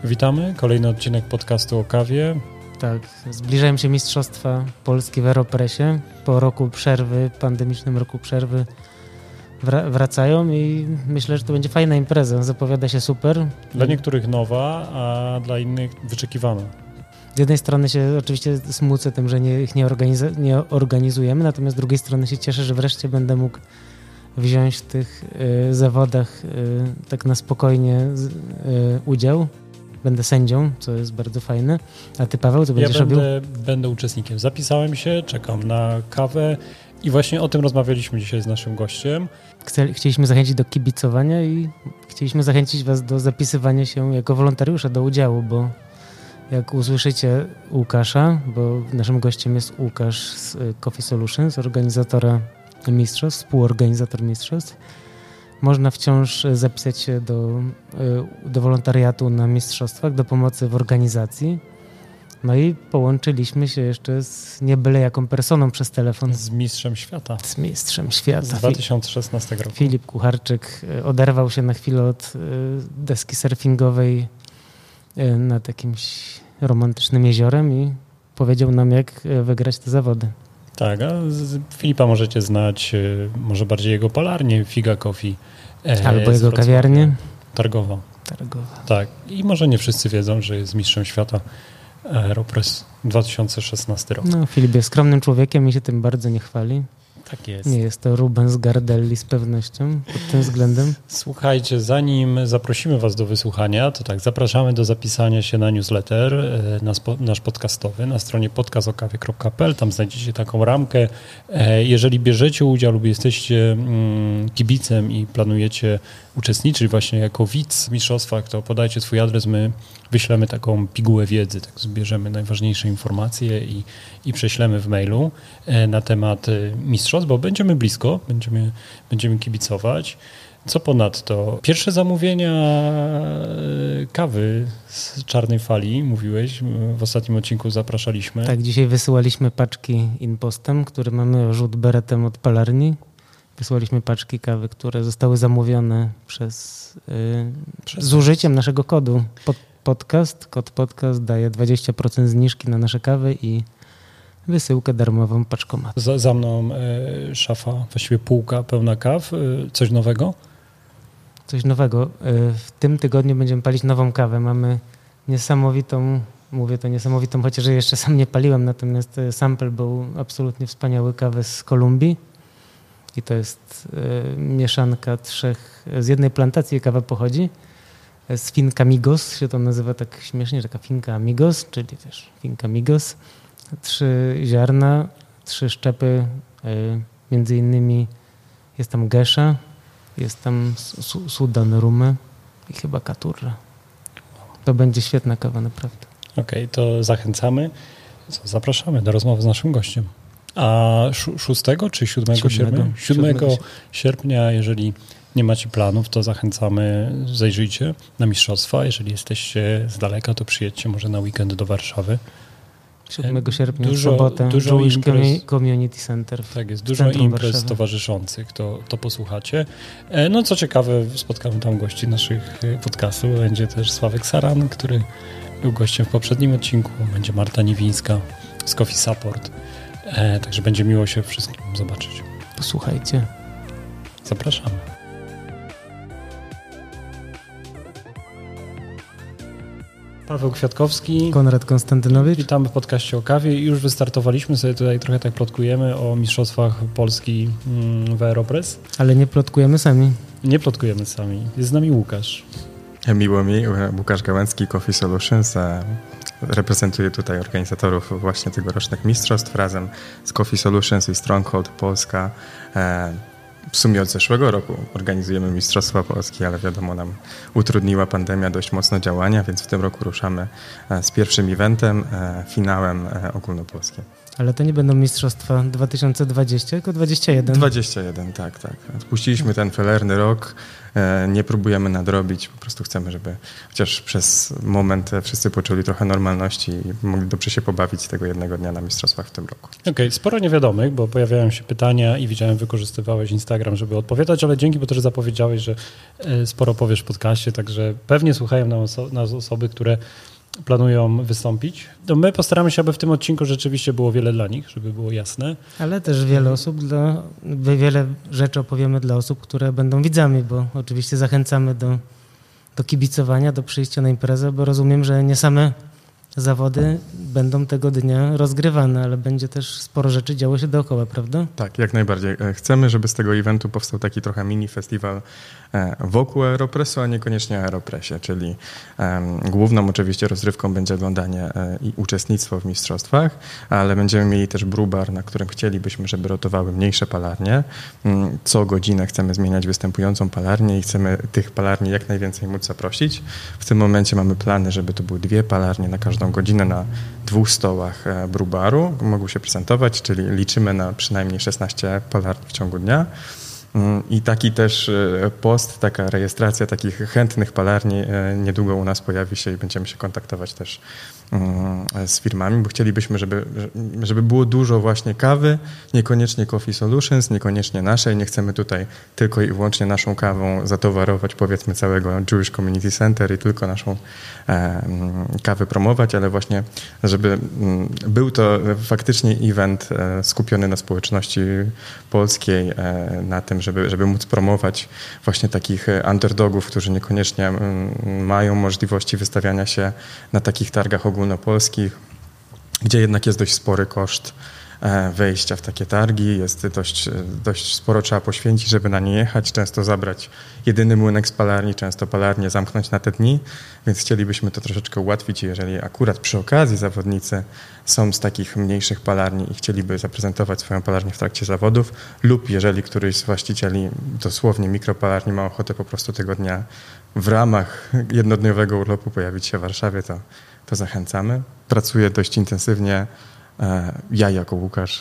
Witamy, kolejny odcinek podcastu o kawie. Tak, zbliżają się Mistrzostwa Polski w Aeropressie. Po roku przerwy, pandemicznym roku przerwy wracają i myślę, że to będzie fajna impreza. Zapowiada się super. Dla niektórych nowa, a dla innych wyczekiwana. Z jednej strony się oczywiście smucę tym, że ich nie organizujemy, natomiast z drugiej strony się cieszę, że wreszcie będę mógł wziąć w tych zawodach tak na spokojnie udział. Będę sędzią, co jest bardzo fajne. A ty, Paweł, co będziesz robił? Ja będę uczestnikiem. Zapisałem się, czekam na kawę i właśnie o tym rozmawialiśmy dzisiaj z naszym gościem. Chcieliśmy zachęcić do kibicowania i chcieliśmy zachęcić was do zapisywania się jako wolontariusza do udziału, bo jak usłyszycie Łukasza, bo naszym gościem jest Łukasz z Coffee Solutions, organizatora mistrzostw, współorganizator mistrzostw, można wciąż zapisać się do wolontariatu na mistrzostwach, do pomocy w organizacji. No i połączyliśmy się jeszcze z nie byle jaką personą przez telefon. Z mistrzem świata. Z mistrzem świata. Z 2016 roku. Filip Kucharczyk oderwał się na chwilę od deski surfingowej nad jakimś romantycznym jeziorem i powiedział nam, jak wygrać te zawody. Tak, a Filipa możecie znać, może bardziej jego palarnię Figa Coffee. Albo jego kawiarnię. Targowa. Tak, i może nie wszyscy wiedzą, że jest mistrzem świata Aeropress 2016 rok. No, Filip jest skromnym człowiekiem i się tym bardzo nie chwali. Tak jest. Nie jest to Rubens Gardelli z pewnością pod tym względem. Słuchajcie, zanim zaprosimy was do wysłuchania, to tak, zapraszamy do zapisania się na newsletter nasz podcastowy na stronie podcastokawie.pl. Tam znajdziecie taką ramkę. Jeżeli bierzecie udział lub jesteście kibicem i planujecie uczestniczyć właśnie jako widz w mistrzostwach, to podajcie swój adres, my wyślemy taką pigułę wiedzy, tak zbierzemy najważniejsze informacje i prześlemy w mailu na temat mistrzostw, bo będziemy blisko, będziemy kibicować. Co ponadto? Pierwsze zamówienia kawy z Czarnej Fali, mówiłeś, w ostatnim odcinku zapraszaliśmy. Tak, dzisiaj wysyłaliśmy paczki InPostem, które mamy rzut beretem od palarni. Wysłaliśmy paczki kawy, które zostały zamówione z użyciem naszego kodu podcast. Kod podcast daje 20% zniżki na nasze kawy i wysyłkę darmową paczkomatu. Za mną szafa, właściwie półka pełna kaw. Coś nowego? Coś nowego. W tym tygodniu będziemy palić nową kawę. Mamy niesamowitą, mówię to niesamowitą, chociaż jeszcze sam nie paliłem, natomiast sample był absolutnie wspaniały, kawy z Kolumbii. I to jest mieszanka z jednej plantacji kawa pochodzi. Z Finca Migos się to nazywa tak śmiesznie, taka Finca Amigos, czyli też Finca Migos. 3 ziarna, 3 szczepy, między innymi jest tam gesza, jest tam Sudan Rumy i chyba Caturra. To będzie świetna kawa, naprawdę. Okej, to zachęcamy. Zapraszamy do rozmowy z naszym gościem. A 6 czy 7 sierpnia? 7 sierpnia, jeżeli nie macie planów, to zachęcamy, zajrzyjcie na mistrzostwa. Jeżeli jesteście z daleka, to przyjedźcie może na weekend do Warszawy. 7 sierpnia, w sobotę, Jewish Community Center. Tak jest, dużo imprez Warszawy towarzyszących, to posłuchacie. No co ciekawe, spotkamy tam gości naszych podcastów. Będzie też Sławek Saran, który był gościem w poprzednim odcinku. Będzie Marta Niwińska z Coffee Support. Także będzie miło się wszystkim zobaczyć. Posłuchajcie. Zapraszamy. Paweł Kwiatkowski. Konrad Konstantynowicz. Witamy w podcaście o kawie. Już wystartowaliśmy sobie tutaj, trochę tak plotkujemy o mistrzostwach Polski w Aeropress. Ale nie plotkujemy sami. Nie plotkujemy sami. Jest z nami Łukasz. Miło mi, Łukasz Gałęcki, Coffee Solutions. Reprezentuję tutaj organizatorów właśnie tegorocznych mistrzostw razem z Coffee Solutions i Stronghold Polska. W sumie od zeszłego roku organizujemy Mistrzostwa Polski, ale wiadomo, nam utrudniła pandemia dość mocno działania, więc w tym roku ruszamy z pierwszym eventem, finałem ogólnopolskim. Ale to nie będą Mistrzostwa 2020, tylko 2021. 2021, tak. Odpuściliśmy ten felerny rok nie próbujemy nadrobić, po prostu chcemy, żeby chociaż przez moment wszyscy poczuli trochę normalności i mogli dobrze się pobawić tego jednego dnia na mistrzostwach w tym roku. Okej, sporo niewiadomych, bo pojawiają się pytania i widziałem, wykorzystywałeś Instagram, żeby odpowiadać, ale dzięki, bo też zapowiedziałeś, że sporo powiesz w podcaście, także pewnie słuchają nas osoby, które planują wystąpić. To my postaramy się, aby w tym odcinku rzeczywiście było wiele dla nich, żeby było jasne. Ale też wiele rzeczy opowiemy dla osób, które będą widzami, bo oczywiście zachęcamy do kibicowania, do przyjścia na imprezę, bo rozumiem, że nie same zawody będą tego dnia rozgrywane, ale będzie też sporo rzeczy działo się dookoła, prawda? Tak, jak najbardziej. Chcemy, żeby z tego eventu powstał taki trochę mini festiwal wokół Aeropressu, a niekoniecznie Aeropressie, czyli główną oczywiście rozrywką będzie oglądanie i uczestnictwo w mistrzostwach, ale będziemy mieli też brewbar, na którym chcielibyśmy, żeby rotowały mniejsze palarnie. Co godzinę chcemy zmieniać występującą palarnię i chcemy tych palarni jak najwięcej móc zaprosić. W tym momencie mamy plany, żeby to były 2 palarnie na każdą godzinę na 2 stołach brewbaru. Mogły się prezentować, czyli liczymy na przynajmniej 16 palarni w ciągu dnia. I taki też post, taka rejestracja takich chętnych palarni niedługo u nas pojawi się i będziemy się kontaktować też z firmami, bo chcielibyśmy, żeby było dużo właśnie kawy, niekoniecznie Coffee Solutions, niekoniecznie naszej. Nie chcemy tutaj tylko i wyłącznie naszą kawą zatowarować powiedzmy całego Jewish Community Center i tylko naszą kawę promować, ale właśnie, żeby był to faktycznie event skupiony na społeczności polskiej, na tym, żeby móc promować właśnie takich underdogów, którzy niekoniecznie mają możliwości wystawiania się na takich targach ogólnopolskich, gdzie jednak jest dość spory koszt wejścia w takie targi. Jest dość sporo trzeba poświęcić, żeby na nie jechać, często zabrać jedyny młynek z palarni, często palarnię zamknąć na te dni, więc chcielibyśmy to troszeczkę ułatwić i jeżeli akurat przy okazji zawodnicy są z takich mniejszych palarni i chcieliby zaprezentować swoją palarnię w trakcie zawodów lub jeżeli któryś z właścicieli dosłownie mikropalarni ma ochotę po prostu tego dnia w ramach jednodniowego urlopu pojawić się w Warszawie, to zachęcamy. Pracuję dość intensywnie ja jako Łukasz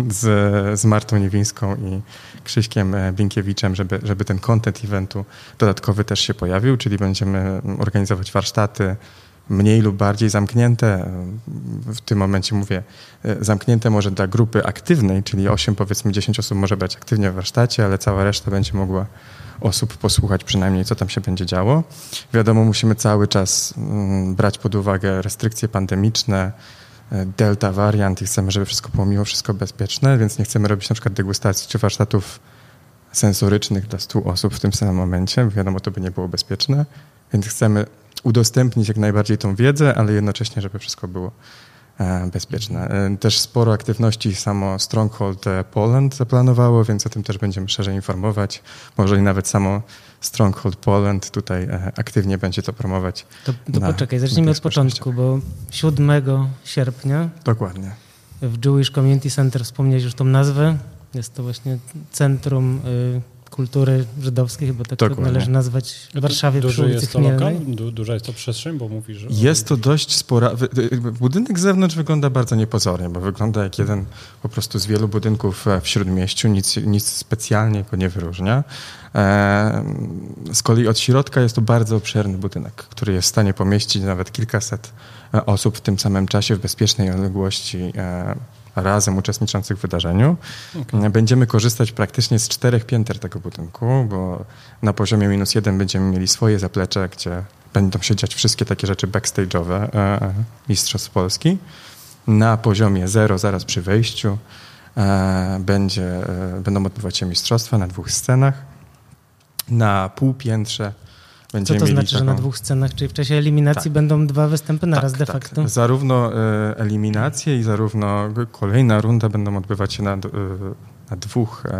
z Martą Niewińską i Krzyśkiem Bienkiewiczem, żeby ten content eventu dodatkowy też się pojawił, czyli będziemy organizować warsztaty mniej lub bardziej zamknięte. W tym momencie mówię zamknięte może dla grupy aktywnej, czyli 10 osób może brać aktywnie w warsztacie, ale cała reszta będzie mogła osób posłuchać przynajmniej, co tam się będzie działo. Wiadomo, musimy cały czas brać pod uwagę restrykcje pandemiczne, delta wariant i chcemy, żeby wszystko było mimo wszystko bezpieczne, więc nie chcemy robić na przykład degustacji czy warsztatów sensorycznych dla 100 osób w tym samym momencie. Wiadomo, to by nie było bezpieczne, więc chcemy udostępnić jak najbardziej tą wiedzę, ale jednocześnie, żeby wszystko było bezpieczne. Też sporo aktywności samo Stronghold Poland zaplanowało, więc o tym też będziemy szerzej informować. Może i nawet samo Stronghold Poland tutaj aktywnie będzie to promować. To poczekaj, zacznijmy od początku, bo 7 sierpnia dokładnie w Jewish Community Center, wspomniałeś już tą nazwę, jest to właśnie Centrum Kultury Żydowskiej, chyba tak należy nazwać w Warszawie przy ulicy Chmielnej. Duża jest to przestrzeń, bo mówisz, że... Jest to dość spora... Budynek z zewnątrz wygląda bardzo niepozornie, bo wygląda jak jeden po prostu z wielu budynków w Śródmieściu, nic specjalnie go nie wyróżnia. Z kolei od środka jest to bardzo obszerny budynek, który jest w stanie pomieścić nawet kilkaset osób w tym samym czasie w bezpiecznej odległości razem uczestniczących w wydarzeniu. Okay. Będziemy korzystać praktycznie z 4 pięter tego budynku, bo na poziomie -1 będziemy mieli swoje zaplecze, gdzie będą się dziać wszystkie takie rzeczy backstage'owe Mistrzostw Polski. Na poziomie 0, zaraz przy wejściu, będą odbywać się mistrzostwa na 2 scenach. Na półpiętrze będziemy Co to znaczy, mieli że na 2 scenach? Czyli w czasie eliminacji będą 2 występy naraz de facto? Tak. Zarówno eliminacje i zarówno kolejna runda będą odbywać się na 2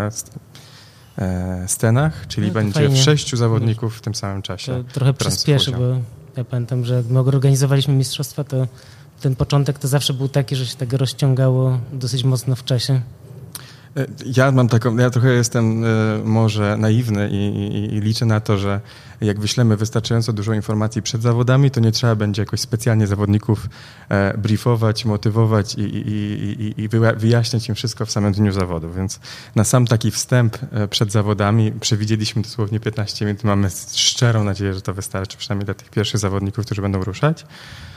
scenach, czyli będzie fajnie. 6 zawodników w tym samym czasie. To trochę przyspieszy, bo ja pamiętam, że jak my organizowaliśmy mistrzostwa, to ten początek to zawsze był taki, że się tego rozciągało dosyć mocno w czasie. Ja trochę jestem może naiwny i liczę na to, że jak wyślemy wystarczająco dużo informacji przed zawodami, to nie trzeba będzie jakoś specjalnie zawodników briefować, motywować i wyjaśniać im wszystko w samym dniu zawodu. Więc na sam taki wstęp przed zawodami przewidzieliśmy dosłownie 15 minut. Mamy szczerą nadzieję, że to wystarczy, przynajmniej dla tych pierwszych zawodników, którzy będą ruszać.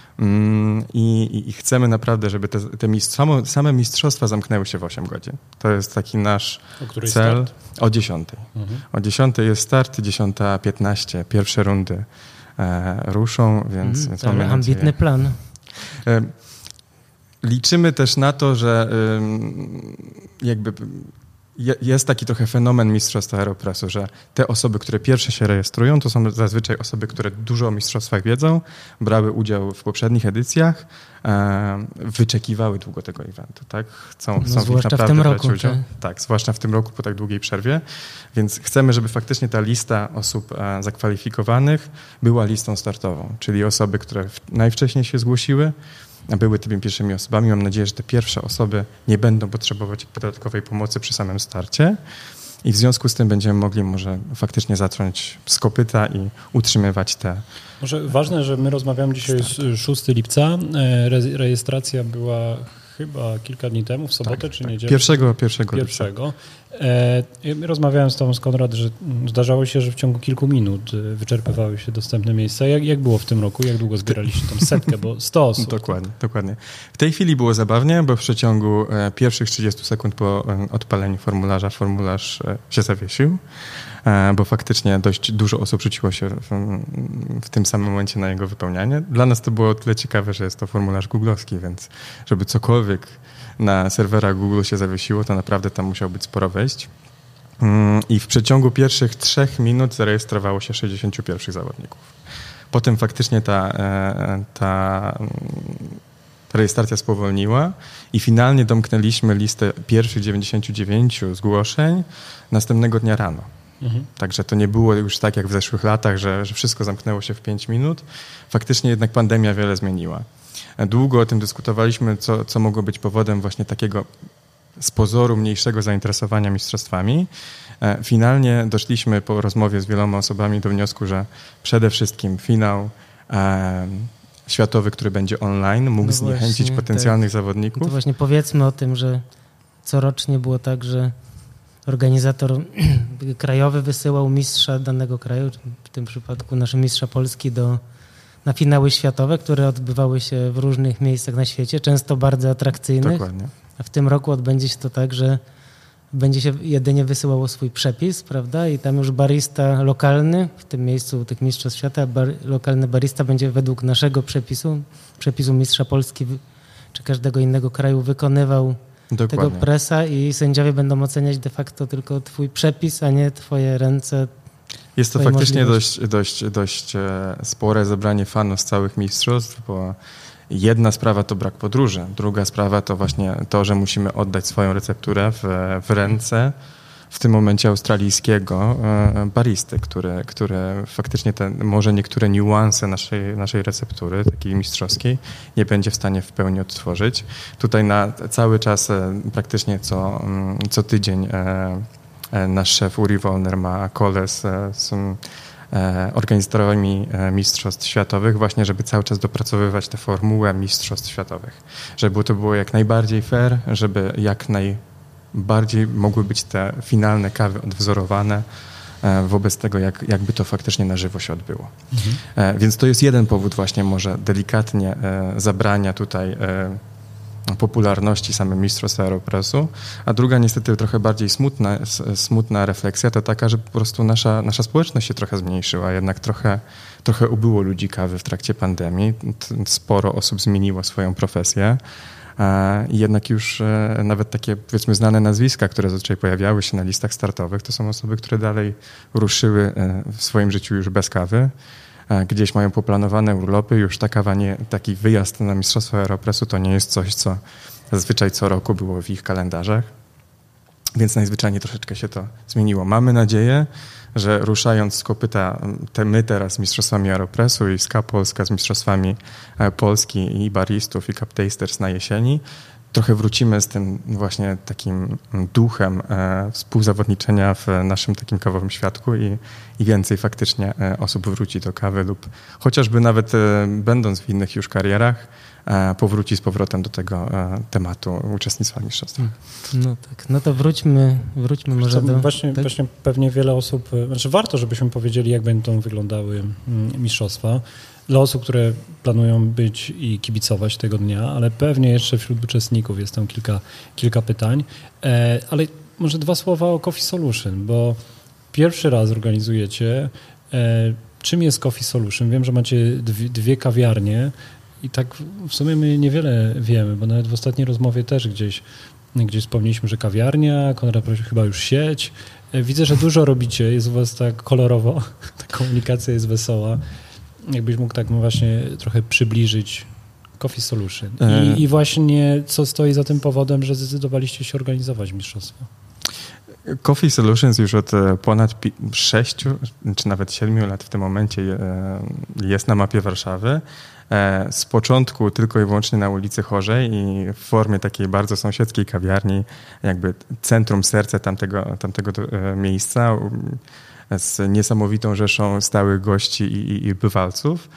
I chcemy naprawdę, żeby same mistrzostwa zamknęły się w 8 godzin. To jest taki nasz cel. Start? O 10. O 10 jest start, 10:15 pierwsze rundy ruszą, więc mamy nadzieję. Ambitny plan. Liczymy też na to, że jakby jest taki trochę fenomen mistrzostwa Aeropressu, że te osoby, które pierwsze się rejestrują, to są zazwyczaj osoby, które dużo o mistrzostwach wiedzą, brały udział w poprzednich edycjach, wyczekiwały długo tego eventu, tak? Chcą w nich naprawdę brać udział. Tak, zwłaszcza w tym roku po tak długiej przerwie. Więc chcemy, żeby faktycznie ta lista osób zakwalifikowanych była listą startową, czyli osoby, które najwcześniej się zgłosiły, były tymi pierwszymi osobami. Mam nadzieję, że te pierwsze osoby nie będą potrzebować dodatkowej pomocy przy samym starcie i w związku z tym będziemy mogli może faktycznie zacząć z kopyta i utrzymywać te... Może ważne, że my rozmawiamy dzisiaj z 6 lipca. Rejestracja była chyba kilka dni temu, w sobotę czy niedzielę? Pierwszego. Rozmawiałem z tobą, Konrad, że zdarzało się, że w ciągu kilku minut wyczerpywały się dostępne miejsca. Jak było w tym roku? Jak długo zbieraliście tą setkę? Bo 100 osób. Dokładnie. W tej chwili było zabawnie, bo w przeciągu pierwszych 30 sekund po odpaleniu formularz się zawiesił, bo faktycznie dość dużo osób rzuciło się w tym samym momencie na jego wypełnianie. Dla nas to było tyle ciekawe, że jest to formularz googlowski, więc żeby cokolwiek na serwerach Google się zawiesiło, to naprawdę tam musiało być sporo wejść. I w przeciągu pierwszych 3 minut zarejestrowało się 61 zawodników. Potem faktycznie ta rejestracja spowolniła i finalnie domknęliśmy listę pierwszych 99 zgłoszeń następnego dnia rano. Także to nie było już tak jak w zeszłych latach, że wszystko zamknęło się w 5 minut. Faktycznie jednak pandemia wiele zmieniła. Długo o tym dyskutowaliśmy, co mogło być powodem właśnie takiego z pozoru mniejszego zainteresowania mistrzostwami. Finalnie doszliśmy po rozmowie z wieloma osobami do wniosku, że przede wszystkim finał światowy, który będzie online, mógł zniechęcić potencjalnych zawodników. To właśnie powiedzmy o tym, że corocznie było tak, że organizator krajowy wysyłał mistrza danego kraju, w tym przypadku naszego mistrza Polski, na finały światowe, które odbywały się w różnych miejscach na świecie, często bardzo atrakcyjnych. Dokładnie. A w tym roku odbędzie się to tak, że będzie się jedynie wysyłało swój przepis, prawda? I tam już barista lokalny, w tym miejscu tych mistrzostw świata, lokalny barista będzie według naszego przepisu mistrza Polski czy każdego innego kraju wykonywał tego pressa i sędziowie będą oceniać de facto tylko twój przepis, a nie twoje ręce. Jest to faktycznie dość spore zebranie fanów z całych mistrzostw, bo jedna sprawa to brak podróży, druga sprawa to właśnie to, że musimy oddać swoją recepturę w ręce w tym momencie australijskiego baristy, który faktycznie może niektóre niuanse naszej receptury, takiej mistrzowskiej, nie będzie w stanie w pełni odtworzyć. Tutaj na cały czas praktycznie co tydzień nasz szef Uri Wolner ma call z organizatorami mistrzostw światowych właśnie, żeby cały czas dopracowywać tę formułę mistrzostw światowych. Żeby to było jak najbardziej fair, żeby jak najbardziej mogły być te finalne kawy odwzorowane wobec tego, jakby to faktycznie na żywo się odbyło. Więc to jest jeden powód właśnie może delikatnie zabrania tutaj popularności samym mistrzostw Aeropressu, a druga niestety trochę bardziej smutna refleksja to taka, że po prostu nasza społeczność się trochę zmniejszyła, jednak trochę ubyło ludzi kawy w trakcie pandemii, sporo osób zmieniło swoją profesję i jednak już nawet takie powiedzmy znane nazwiska, które zazwyczaj pojawiały się na listach startowych, to są osoby, które dalej ruszyły w swoim życiu już bez kawy, gdzieś mają poplanowane urlopy, już ta kawa taki wyjazd na Mistrzostwa Aeropressu to nie jest coś, co zazwyczaj co roku było w ich kalendarzach, więc najzwyczajniej troszeczkę się to zmieniło. Mamy nadzieję, że ruszając z kopyta my teraz z Mistrzostwami Aeropressu i SKA Polska z Mistrzostwami Polski i baristów i cup tasters na jesieni, trochę wrócimy z tym właśnie takim duchem współzawodniczenia w naszym takim kawowym świadku i więcej faktycznie osób wróci do kawy lub chociażby nawet będąc w innych już karierach, powróci z powrotem do tego tematu uczestnictwa w mistrzostwach. No tak, no to wróćmy może do... Właśnie pewnie wiele osób, warto, żebyśmy powiedzieli, jak będą wyglądały mistrzostwa. Dla osób, które planują być i kibicować tego dnia, ale pewnie jeszcze wśród uczestników jest tam kilka pytań. Ale może 2 słowa o Coffee Solution, bo pierwszy raz organizujecie. Czym jest Coffee Solution? Wiem, że macie 2 kawiarnie i tak w sumie my niewiele wiemy, bo nawet w ostatniej rozmowie też gdzieś wspomnieliśmy, że kawiarnia, Konrad prosił chyba już sieć. Widzę, że dużo robicie, jest u was tak kolorowo, ta komunikacja jest wesoła. Jakbyś mógł tak właśnie trochę przybliżyć Coffee Solution. I właśnie co stoi za tym powodem, że zdecydowaliście się organizować mistrzostwo? Coffee Solutions już od ponad 6 czy nawet 7 lat w tym momencie jest na mapie Warszawy. Z początku tylko i wyłącznie na ulicy Chorzej i w formie takiej bardzo sąsiedzkiej kawiarni, jakby centrum, serce tamtego miejsca z niesamowitą rzeszą stałych gości i bywalców.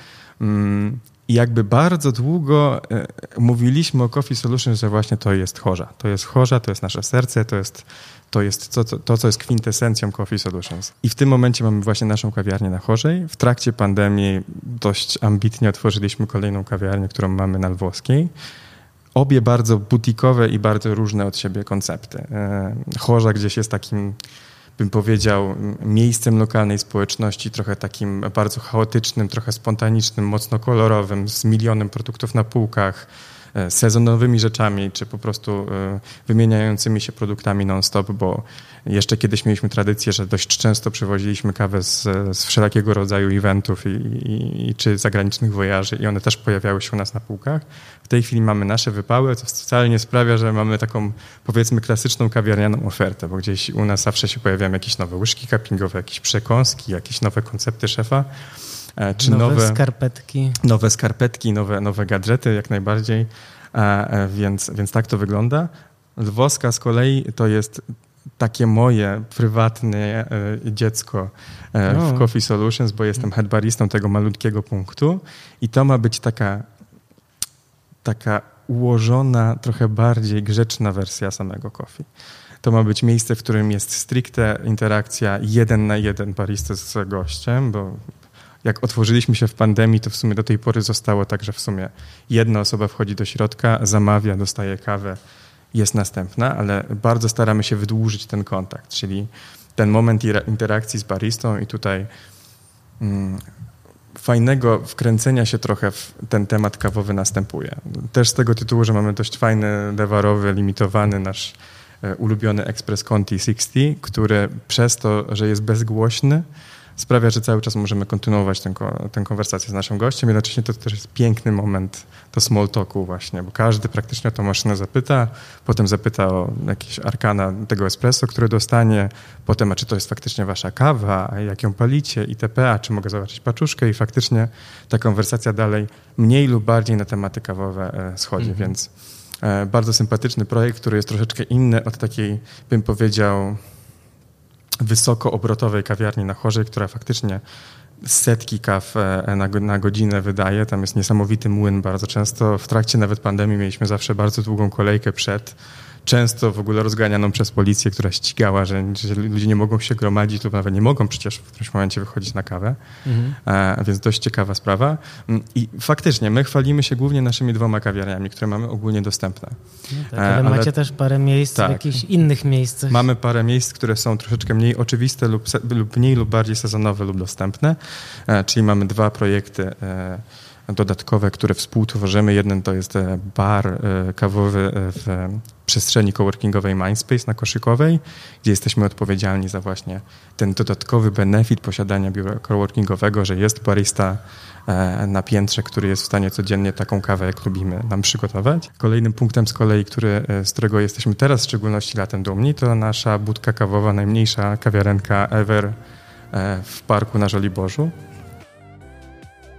I jakby bardzo długo mówiliśmy o Coffee Solutions, że właśnie to jest Chorza. To jest Chorza, to jest nasze serce, to jest to, co jest kwintesencją Coffee Solutions. I w tym momencie mamy właśnie naszą kawiarnię na Chorzej. W trakcie pandemii dość ambitnie otworzyliśmy kolejną kawiarnię, którą mamy na Lwowskiej. Obie bardzo butikowe i bardzo różne od siebie koncepty. Chorza gdzieś jest takim, bym powiedział, miejscem lokalnej społeczności, trochę takim bardzo chaotycznym, trochę spontanicznym, mocno kolorowym, z milionem produktów na półkach, sezonowymi rzeczami, czy po prostu wymieniającymi się produktami non-stop, bo jeszcze kiedyś mieliśmy tradycję, że dość często przywoziliśmy kawę z wszelakiego rodzaju eventów i czy zagranicznych wojaży i one też pojawiały się u nas na półkach. W tej chwili mamy nasze wypały, co wcale nie sprawia, że mamy taką, powiedzmy, klasyczną kawiarnianą ofertę, bo gdzieś u nas zawsze się pojawiają jakieś nowe łyżki cuppingowe, jakieś przekąski, jakieś nowe koncepty szefa. Czy nowe skarpetki, nowe gadżety jak najbardziej, więc tak to wygląda. Lwowska z kolei to jest takie moje prywatne dziecko w Coffee Solutions, bo jestem head baristą tego malutkiego punktu i to ma być taka ułożona, trochę bardziej grzeczna wersja samego coffee. To ma być miejsce, w którym jest stricte interakcja 1 na 1 baristy z gościem, bo jak otworzyliśmy się w pandemii, to w sumie do tej pory zostało tak, że w sumie jedna osoba wchodzi do środka, zamawia, dostaje kawę, jest następna, ale bardzo staramy się wydłużyć ten kontakt, czyli ten moment interakcji z baristą i tutaj fajnego wkręcenia się trochę w ten temat kawowy następuje. Też z tego tytułu, że mamy dość fajny, lewarowy, limitowany nasz ulubiony Espresso Conti 60, który przez to, że jest bezgłośny, sprawia, że cały czas możemy kontynuować tę konwersację z naszym gościem. Jednocześnie to też jest piękny moment do small talku właśnie, bo każdy praktycznie o tą maszynę zapyta, potem zapyta o jakieś arkana tego espresso, które dostanie, potem a czy to jest faktycznie wasza kawa, a jak ją palicie itp., a czy mogę zobaczyć paczuszkę i faktycznie ta konwersacja dalej mniej lub bardziej na tematy kawowe schodzi, więc bardzo sympatyczny projekt, który jest troszeczkę inny od takiej, bym powiedział, wysokoobrotowej kawiarni na Chorzej, która faktycznie setki kaw na godzinę wydaje. Tam jest niesamowity młyn bardzo często. W trakcie nawet pandemii mieliśmy zawsze bardzo długą kolejkę przed. Często w ogóle rozganianą przez policję, która ścigała, że ludzie nie mogą się gromadzić lub nawet nie mogą przecież w którymś momencie wychodzić na kawę. Więc dość ciekawa sprawa. I faktycznie my chwalimy się głównie naszymi 2 kawiarniami, które mamy ogólnie dostępne. No tak, ale macie też parę miejsc w jakichś innych miejscach. Mamy parę miejsc, które są troszeczkę mniej oczywiste lub mniej lub bardziej sezonowe lub dostępne. Czyli mamy 2 projekty dodatkowe, które współtworzymy. Jeden to jest bar kawowy w przestrzeni coworkingowej Mindspace na Koszykowej, gdzie jesteśmy odpowiedzialni za właśnie ten dodatkowy benefit posiadania biura coworkingowego, że jest barista na piętrze, który jest w stanie codziennie taką kawę, jak lubimy, nam przygotować. Kolejnym punktem z kolei, z którego jesteśmy teraz w szczególności latem dumni, to nasza budka kawowa, najmniejsza kawiarenka ever w parku na Żoliborzu.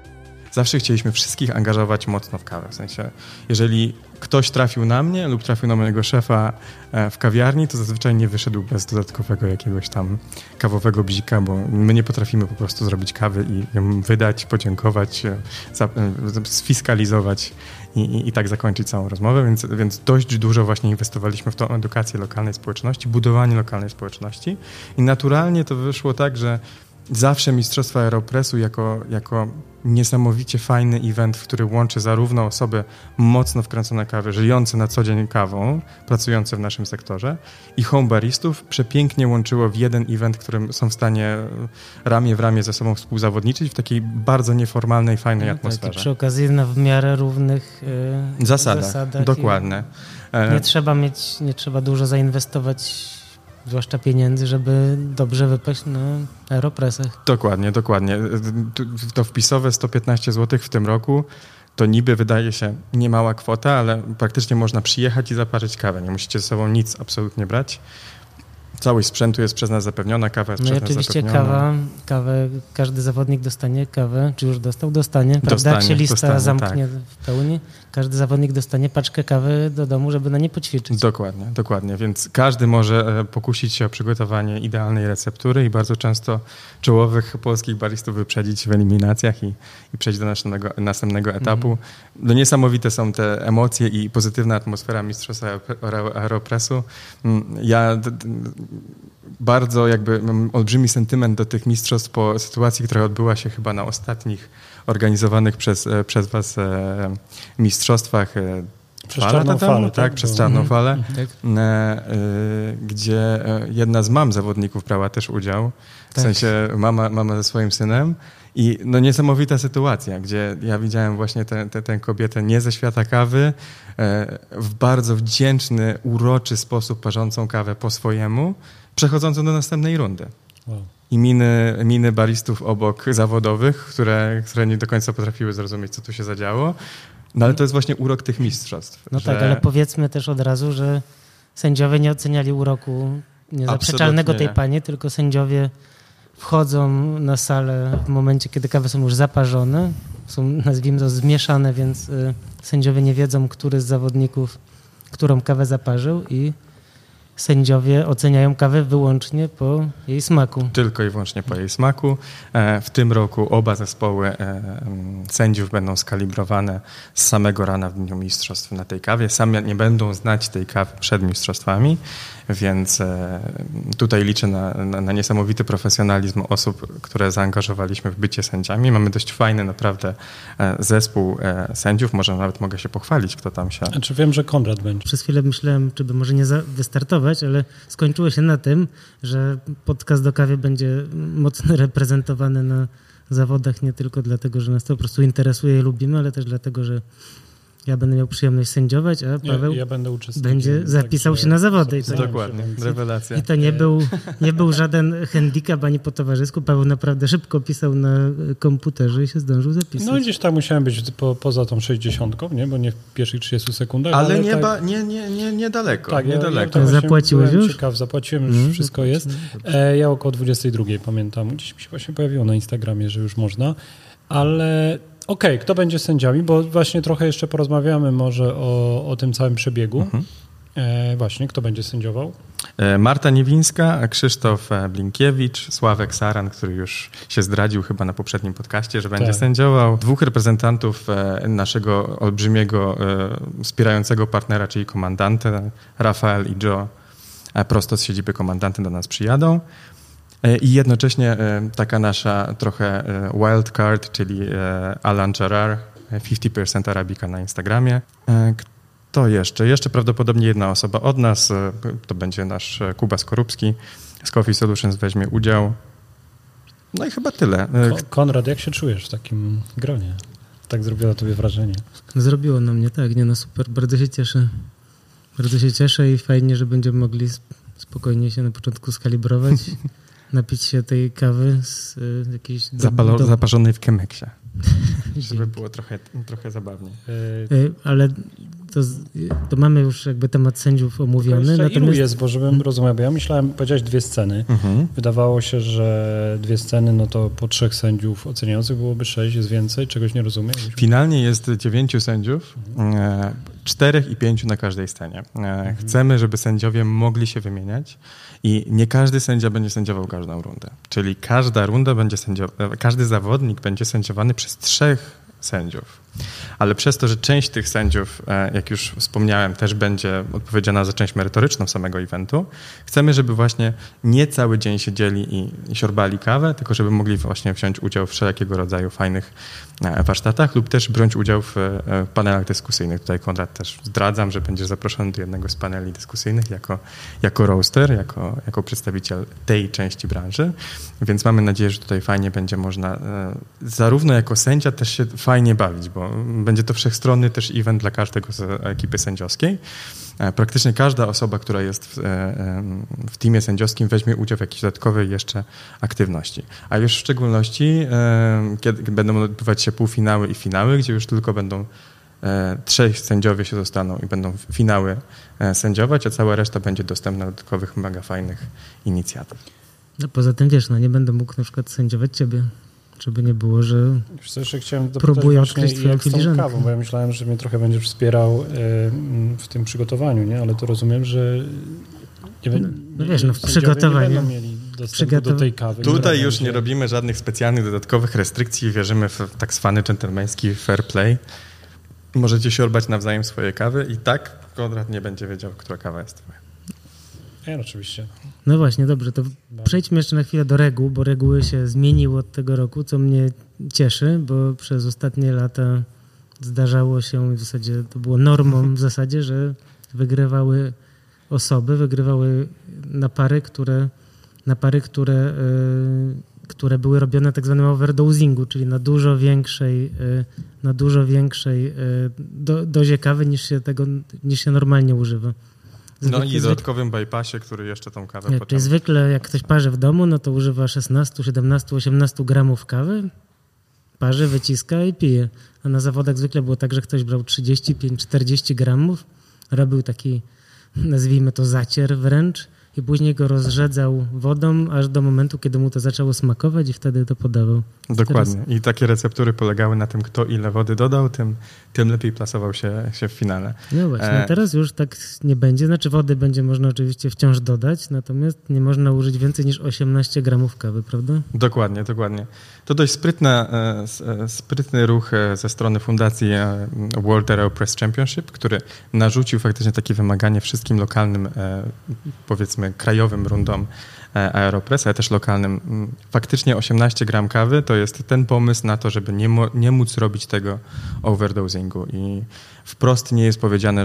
zawsze chcieliśmy wszystkich angażować mocno w kawę. W sensie, jeżeli ktoś trafił na mnie lub trafił na mojego szefa w kawiarni, to zazwyczaj nie wyszedł bez dodatkowego jakiegoś tam kawowego bzika, bo my nie potrafimy po prostu zrobić kawy i ją wydać, podziękować, sfiskalizować i tak zakończyć całą rozmowę, więc dość dużo właśnie inwestowaliśmy w tą edukację lokalnej społeczności, budowanie lokalnej społeczności i naturalnie to wyszło tak, że zawsze Mistrzostwa Aeropressu jako niesamowicie fajny event, który łączy zarówno osoby mocno wkręcone kawy, żyjące na co dzień kawą, pracujące w naszym sektorze i home baristów przepięknie łączyło w jeden event, którym są w stanie ramię w ramię ze sobą współzawodniczyć w takiej bardzo nieformalnej, fajnej atmosferze. Tak, przy okazji na w miarę równych zasadach. Dokładnie. Nie trzeba dużo zainwestować, zwłaszcza pieniędzy, żeby dobrze wypaść na Aeropressach. Dokładnie. To wpisowe 115 zł w tym roku to niby wydaje się niemała kwota, ale praktycznie można przyjechać i zaparzyć kawę. Nie musicie ze sobą nic absolutnie brać. Całość sprzętu jest przez nas zapewniona, kawa jest przez nas zapewniona. Kawę, każdy zawodnik dostanie kawę, czy już dostanie, prawda? Jak się lista zamknie w pełni, każdy zawodnik dostanie paczkę kawy do domu, żeby na nie poćwiczyć. Dokładnie, więc każdy może pokusić się o przygotowanie idealnej receptury i bardzo często czołowych polskich baristów wyprzedzić w eliminacjach i przejść do następnego etapu. No niesamowite są te emocje i pozytywna atmosfera Mistrzostwa Aeropressu. Ja bardzo mam olbrzymi sentyment do tych mistrzostw po sytuacji, która odbyła się chyba na ostatnich organizowanych przez was mistrzostwach przez Czarną Falę, tak? Przez Czarną Falę, gdzie jedna z mam zawodników brała też udział, w sensie mama ze swoim synem. I no niesamowita sytuacja, gdzie ja widziałem właśnie tę kobietę nie ze świata kawy, w bardzo wdzięczny, uroczy sposób parzącą kawę po swojemu, przechodzącą do następnej rundy. Wow. I miny baristów obok zawodowych, które nie do końca potrafiły zrozumieć, co tu się zadziało. No ale to jest właśnie urok tych mistrzostw. No tak, ale powiedzmy też od razu, że sędziowie nie oceniali uroku niezaprzeczalnego tej pani, tylko sędziowie wchodzą na salę w momencie, kiedy kawy są już zaparzone, są, nazwijmy to, zmieszane, więc sędziowie nie wiedzą, który z zawodników którą kawę zaparzył i sędziowie oceniają kawę wyłącznie po jej smaku. Tylko i wyłącznie po jej smaku. W tym roku oba zespoły sędziów będą skalibrowane z samego rana w dniu mistrzostw na tej kawie. Sami nie będą znać tej kawy przed mistrzostwami, więc tutaj liczę na niesamowity profesjonalizm osób, które zaangażowaliśmy w bycie sędziami. Mamy dość fajny naprawdę zespół sędziów. Może nawet mogę się pochwalić, kto tam się... Znaczy wiem, że Konrad będzie. Przez chwilę myślałem, czy by może nie wystartować, ale skończyło się na tym, że podcast o kawie będzie mocno reprezentowany na zawodach nie tylko dlatego, że nas to po prostu interesuje i lubimy, ale też dlatego, że ja będę miał przyjemność sędziować, a Paweł będzie zapisał się na zawody. Dokładnie, rewelacja. I to nie był żaden handicap ani po towarzysku. Paweł naprawdę szybko pisał na komputerze i się zdążył zapisać. No gdzieś tam musiałem być poza tą 60, nie? Bo nie w pierwszych 30 sekundach. Ale niedaleko. Tak, niedaleko. Ja zapłaciłeś już? Ciekaw, zapłaciłem, już wszystko jest. Ja około 22 pamiętam. Gdzieś mi się właśnie pojawiło na Instagramie, że już można. Ale... Okej, kto będzie sędziami, bo właśnie trochę jeszcze porozmawiamy może o tym całym przebiegu. Właśnie, kto będzie sędziował? Marta Niewińska, Krzysztof Blinkiewicz, Sławek Saran, który już się zdradził chyba na poprzednim podcaście, że będzie sędziował. 2 reprezentantów naszego olbrzymiego wspierającego partnera, czyli Komandante, Rafael i Joe, prosto z siedziby Komandante do nas przyjadą. I jednocześnie taka nasza trochę wild card, czyli Alan Gerard, 50% Arabica na Instagramie. Kto jeszcze? Jeszcze prawdopodobnie jedna osoba od nas, to będzie nasz Kuba Skorupski z Coffee Solutions weźmie udział. No i chyba tyle. Konrad, jak się czujesz w takim gronie? Tak zrobiło na tobie wrażenie? Zrobiło na mnie, tak. Nie, no super, bardzo się cieszę. Bardzo się cieszę i fajnie, że będziemy mogli spokojnie się na początku skalibrować. Napić się tej kawy z jakiejś... Zaparzonej w Chemexie. Żeby było trochę zabawniej. Ale to mamy już jakby temat sędziów omówiony. Ilu jest, bo żebym rozumiał, bo ja myślałem, powiedziałeś 2 sceny. Wydawało się, że 2 sceny, no to po 3 sędziów oceniających byłoby 6, jest więcej, czegoś nie rozumiem. Finalnie jest 9 sędziów, 4 i 5 na każdej scenie. Chcemy, żeby sędziowie mogli się wymieniać i nie każdy sędzia będzie sędziował każdą rundę. Czyli każda runda będzie każdy zawodnik będzie sędziowany przez 3 sędziów. Ale przez to, że część tych sędziów, jak już wspomniałem, też będzie odpowiedzialna za część merytoryczną samego eventu, chcemy, żeby właśnie nie cały dzień siedzieli i siorbali kawę, tylko żeby mogli właśnie wziąć udział w wszelkiego rodzaju fajnych warsztatach lub też brać udział w panelach dyskusyjnych. Tutaj, Konrad, też zdradzam, że będziesz zaproszony do jednego z paneli dyskusyjnych jako roaster, jako przedstawiciel tej części branży, więc mamy nadzieję, że tutaj fajnie będzie można zarówno jako sędzia też się fajnie bawić, bo będzie to wszechstronny też event dla każdego z ekipy sędziowskiej. Praktycznie każda osoba, która jest w teamie sędziowskim, weźmie udział w jakiejś dodatkowej jeszcze aktywności. A już w szczególności, kiedy będą odbywać się półfinały i finały, gdzie już tylko będą 3 sędziowie się dostaną i będą finały sędziować, a cała reszta będzie dostępna do dodatkowych mega fajnych inicjatyw. No poza tym, wiesz, nie będę mógł na przykład sędziować ciebie. Żeby nie było, że próbuję odkryć twoją filiżankę. Bo ja myślałem, że mnie trochę będziesz wspierał w tym przygotowaniu, nie? Ale to rozumiem, że w przygotowaniu nie będą mieli dostępu do tej kawy. Tutaj już nie robimy żadnych specjalnych dodatkowych restrykcji, wierzymy w tak zwany dżentelmeński fair play. Możecie siorbać nawzajem swoje kawy i tak Konrad nie będzie wiedział, która kawa jest twoja. Oczywiście. No właśnie, dobrze, to przejdźmy jeszcze na chwilę do reguł, bo reguły się zmieniły od tego roku, co mnie cieszy, bo przez ostatnie lata zdarzało się, w zasadzie to było normą w zasadzie, że wygrywały napary, które były robione tak zwanym overdosingu, czyli na dużo większej dozie kawy niż się normalnie używa. I dodatkowym bypassie, który jeszcze tą kawę pociąga. Czyli zwykle jak ktoś parzy w domu, no to używa 16, 17, 18 gramów kawy, parzy, wyciska i pije. A na zawodach zwykle było tak, że ktoś brał 35-40 gramów, robił taki, nazwijmy to zacier wręcz i później go rozrzedzał wodą, aż do momentu, kiedy mu to zaczęło smakować i wtedy to podawał. Dokładnie. I takie receptury polegały na tym, kto ile wody dodał, tym lepiej plasował się w finale. No właśnie, teraz już tak nie będzie. Znaczy wody będzie można oczywiście wciąż dodać, natomiast nie można użyć więcej niż 18 gramów kawy, prawda? Dokładnie. To dość sprytny ruch ze strony fundacji World AeroPress Championship, który narzucił faktycznie takie wymaganie wszystkim lokalnym, powiedzmy krajowym rundom AeroPress, ale też lokalnym. Faktycznie 18 gram kawy to jest ten pomysł na to, żeby nie móc robić tego overdosingu i wprost nie jest powiedziane,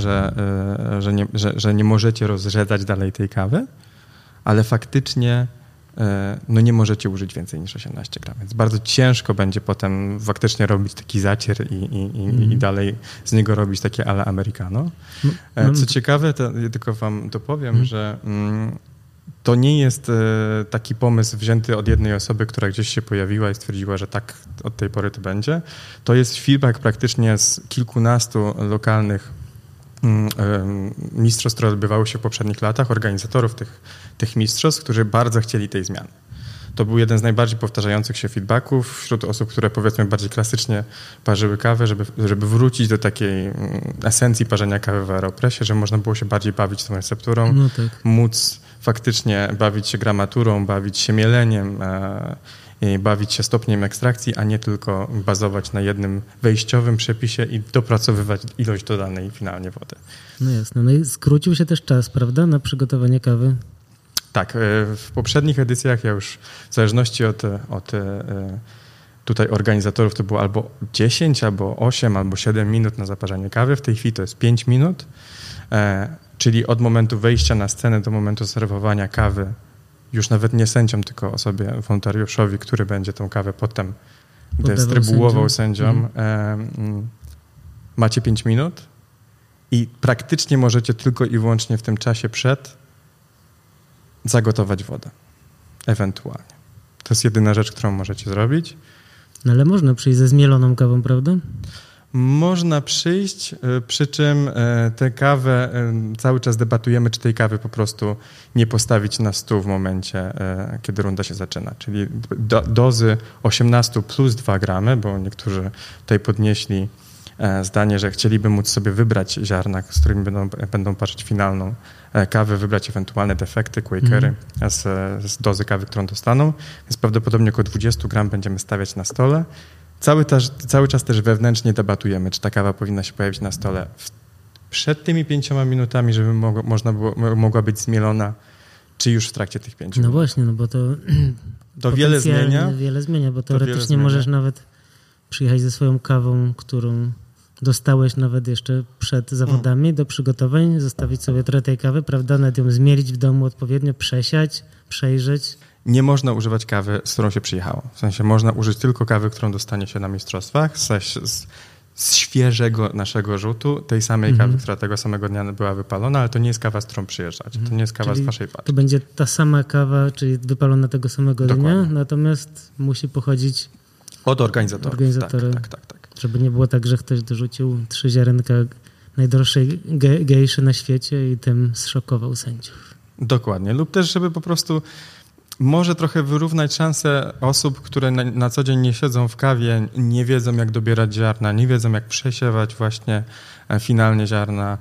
że nie możecie rozrzedzać dalej tej kawy, ale faktycznie nie możecie użyć więcej niż 18 gram. Więc bardzo ciężko będzie potem faktycznie robić taki zacier i dalej z niego robić takie à la americano. Co ciekawe, to tylko wam dopowiem, że to nie jest taki pomysł wzięty od jednej osoby, która gdzieś się pojawiła i stwierdziła, że tak od tej pory to będzie. To jest feedback praktycznie z kilkunastu lokalnych mistrzostw, które odbywały się w poprzednich latach, organizatorów tych mistrzostw, którzy bardzo chcieli tej zmiany. To był jeden z najbardziej powtarzających się feedbacków wśród osób, które powiedzmy bardziej klasycznie parzyły kawę, żeby wrócić do takiej esencji parzenia kawy w AeroPressie, że można było się bardziej bawić tą recepturą, móc faktycznie bawić się gramaturą, bawić się mieleniem, i bawić się stopniem ekstrakcji, a nie tylko bazować na jednym wejściowym przepisie i dopracowywać ilość dodanej finalnie wody. No jasne. No i skrócił się też czas, prawda, na przygotowanie kawy? Tak. W poprzednich edycjach ja już w zależności od tutaj organizatorów to było albo 10, albo 8, albo 7 minut na zaparzanie kawy. W tej chwili to jest 5 minut, czyli od momentu wejścia na scenę do momentu serwowania kawy już nawet nie sędziom, tylko osobie, wolontariuszowi, który będzie tą kawę potem dystrybuował sędziom. Macie 5 minut i praktycznie możecie tylko i wyłącznie w tym czasie przed zagotować wodę. Ewentualnie. To jest jedyna rzecz, którą możecie zrobić. No ale można przyjść ze zmieloną kawą, prawda? Można przyjść, przy czym tę kawę, cały czas debatujemy, czy tej kawy po prostu nie postawić na stół w momencie, kiedy runda się zaczyna. Czyli dozy 18 plus 2 gramy, bo niektórzy tutaj podnieśli zdanie, że chcieliby móc sobie wybrać ziarna, z którymi będą parzyć finalną kawę, wybrać ewentualne defekty, quakery z dozy kawy, którą dostaną. Więc prawdopodobnie około 20 gram będziemy stawiać na stole. Cały czas też wewnętrznie debatujemy, czy ta kawa powinna się pojawić na stole przed tymi 5 minutami, żeby mogła być zmielona, czy już w trakcie tych 5 minut. No właśnie, no bo to wiele zmienia. Wiele zmienia, bo teoretycznie możesz nawet przyjechać ze swoją kawą, którą dostałeś nawet jeszcze przed zawodami do przygotowań, zostawić sobie trochę tej kawy, prawda, nawet ją zmielić w domu odpowiednio, przesiać, przejrzeć. Nie można używać kawy, z którą się przyjechało. W sensie można użyć tylko kawy, którą dostanie się na mistrzostwach, z świeżego naszego rzutu, tej samej kawy, która tego samego dnia była wypalona, ale to nie jest kawa, z którą przyjeżdżacie. To nie jest kawa z waszej paczki. To będzie ta sama kawa, czyli wypalona tego samego dnia, natomiast musi pochodzić od organizatorów. Tak. Żeby nie było tak, że ktoś dorzucił 3 ziarenka najdroższej gejszy na świecie i tym zszokował sędziów. Dokładnie. Lub też, żeby po prostu może trochę wyrównać szanse osób, które na co dzień nie siedzą w kawie, nie wiedzą jak dobierać ziarna, nie wiedzą jak przesiewać właśnie finalnie ziarna,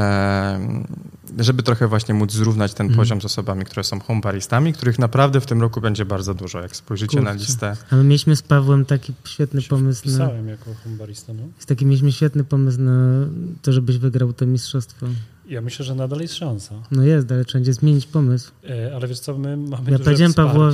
żeby trochę właśnie móc zrównać ten poziom z osobami, które są home baristami, których naprawdę w tym roku będzie bardzo dużo. Jak spojrzycie na listę. A my mieliśmy z Pawłem taki świetny pomysł. Pisałem jako home barista, no. Mieliśmy świetny pomysł na to, żebyś wygrał to mistrzostwo. Ja myślę, że nadal jest szansa. No jest, ale trzeba będzie zmienić pomysł. Ale wiesz co, my mamy Ja powiedziałem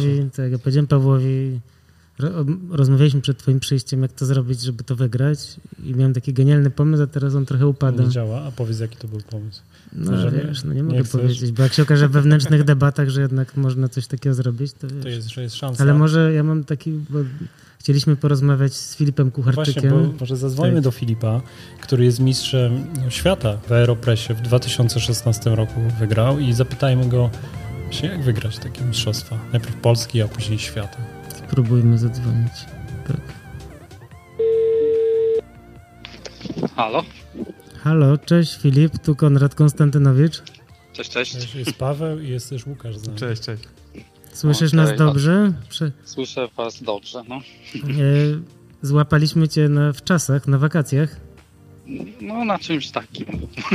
Pawłowi, rozmawialiśmy przed twoim przyjściem, jak to zrobić, żeby to wygrać i miałem taki genialny pomysł, a teraz on trochę upada. Nie działa, a powiedz, jaki to był pomysł. No wiesz, nie mogę powiedzieć, bo jak się okaże w wewnętrznych debatach, że jednak można coś takiego zrobić, to wiesz. To jest, że jest szansa. Ale może ja mam taki, bo chcieliśmy porozmawiać z Filipem Kucharczykiem. Właśnie, bo może zadzwońmy do Filipa, który jest mistrzem świata w Aeropressie w 2016 roku wygrał i zapytajmy go, jak wygrać takie mistrzostwa. Najpierw Polski, a później świata. Spróbujmy zadzwonić. Tak. Halo? Halo, cześć Filip, tu Konrad Konstantynowicz. Cześć. Jest Paweł i jest też Łukasz z nami. Cześć. Słyszysz nas dobrze? Słyszę was dobrze, no. Złapaliśmy cię w czasach, na wakacjach. No, na czymś takim.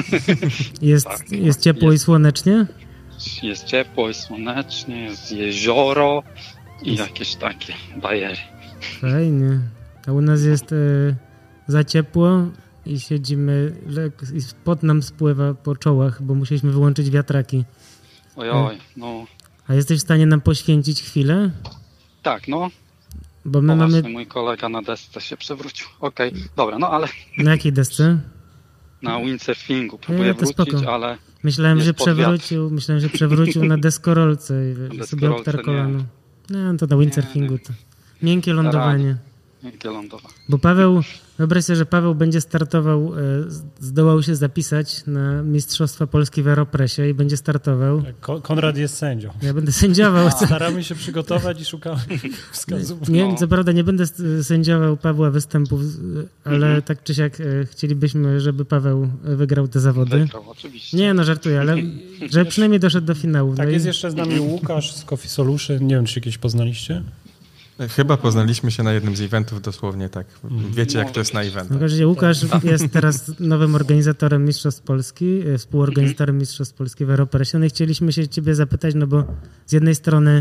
Jest ciepło i słonecznie? Jest ciepło i słonecznie, jest jezioro i jakieś takie bajery. Fajnie. A u nas jest za ciepło i siedzimy, i pot nam spływa po czołach, bo musieliśmy wyłączyć wiatraki. Ojoj, no. A jesteś w stanie nam poświęcić chwilę? Tak, no. Bo my mamy... mój kolega na desce się przewrócił. Okej, dobra, no ale... Na jakiej desce? Na windsurfingu. Próbuję wrócić, spoko. ale... Myślałem, że przewrócił na deskorolce i sobie obtarł kolano. No to na windsurfingu to miękkie lądowanie. Miękkie lądowanie. Bo Paweł, wyobraź sobie, że Paweł będzie startował, zdołał się zapisać na Mistrzostwa Polski w Aeropressie i będzie startował. Konrad jest sędzią. Ja będę sędziował. Staramy się przygotować i szukamy wskazówek. Co prawda nie będę sędziował Pawła występów, ale tak czy siak chcielibyśmy, żeby Paweł wygrał te zawody. Wygrał, oczywiście. Nie, no żartuję, ale żeby przynajmniej doszedł do finału. Tak, no jest jeszcze z nami Łukasz z Coffee Solution. Nie wiem, czy jakieś poznaliście? Chyba poznaliśmy się na jednym z eventów, dosłownie tak. Wiecie, jak to jest na eventach. Łukasz jest teraz nowym organizatorem Mistrzostw Polski, współorganizatorem Mistrzostw Polski w Aeropressie. No i chcieliśmy się ciebie zapytać, no bo z jednej strony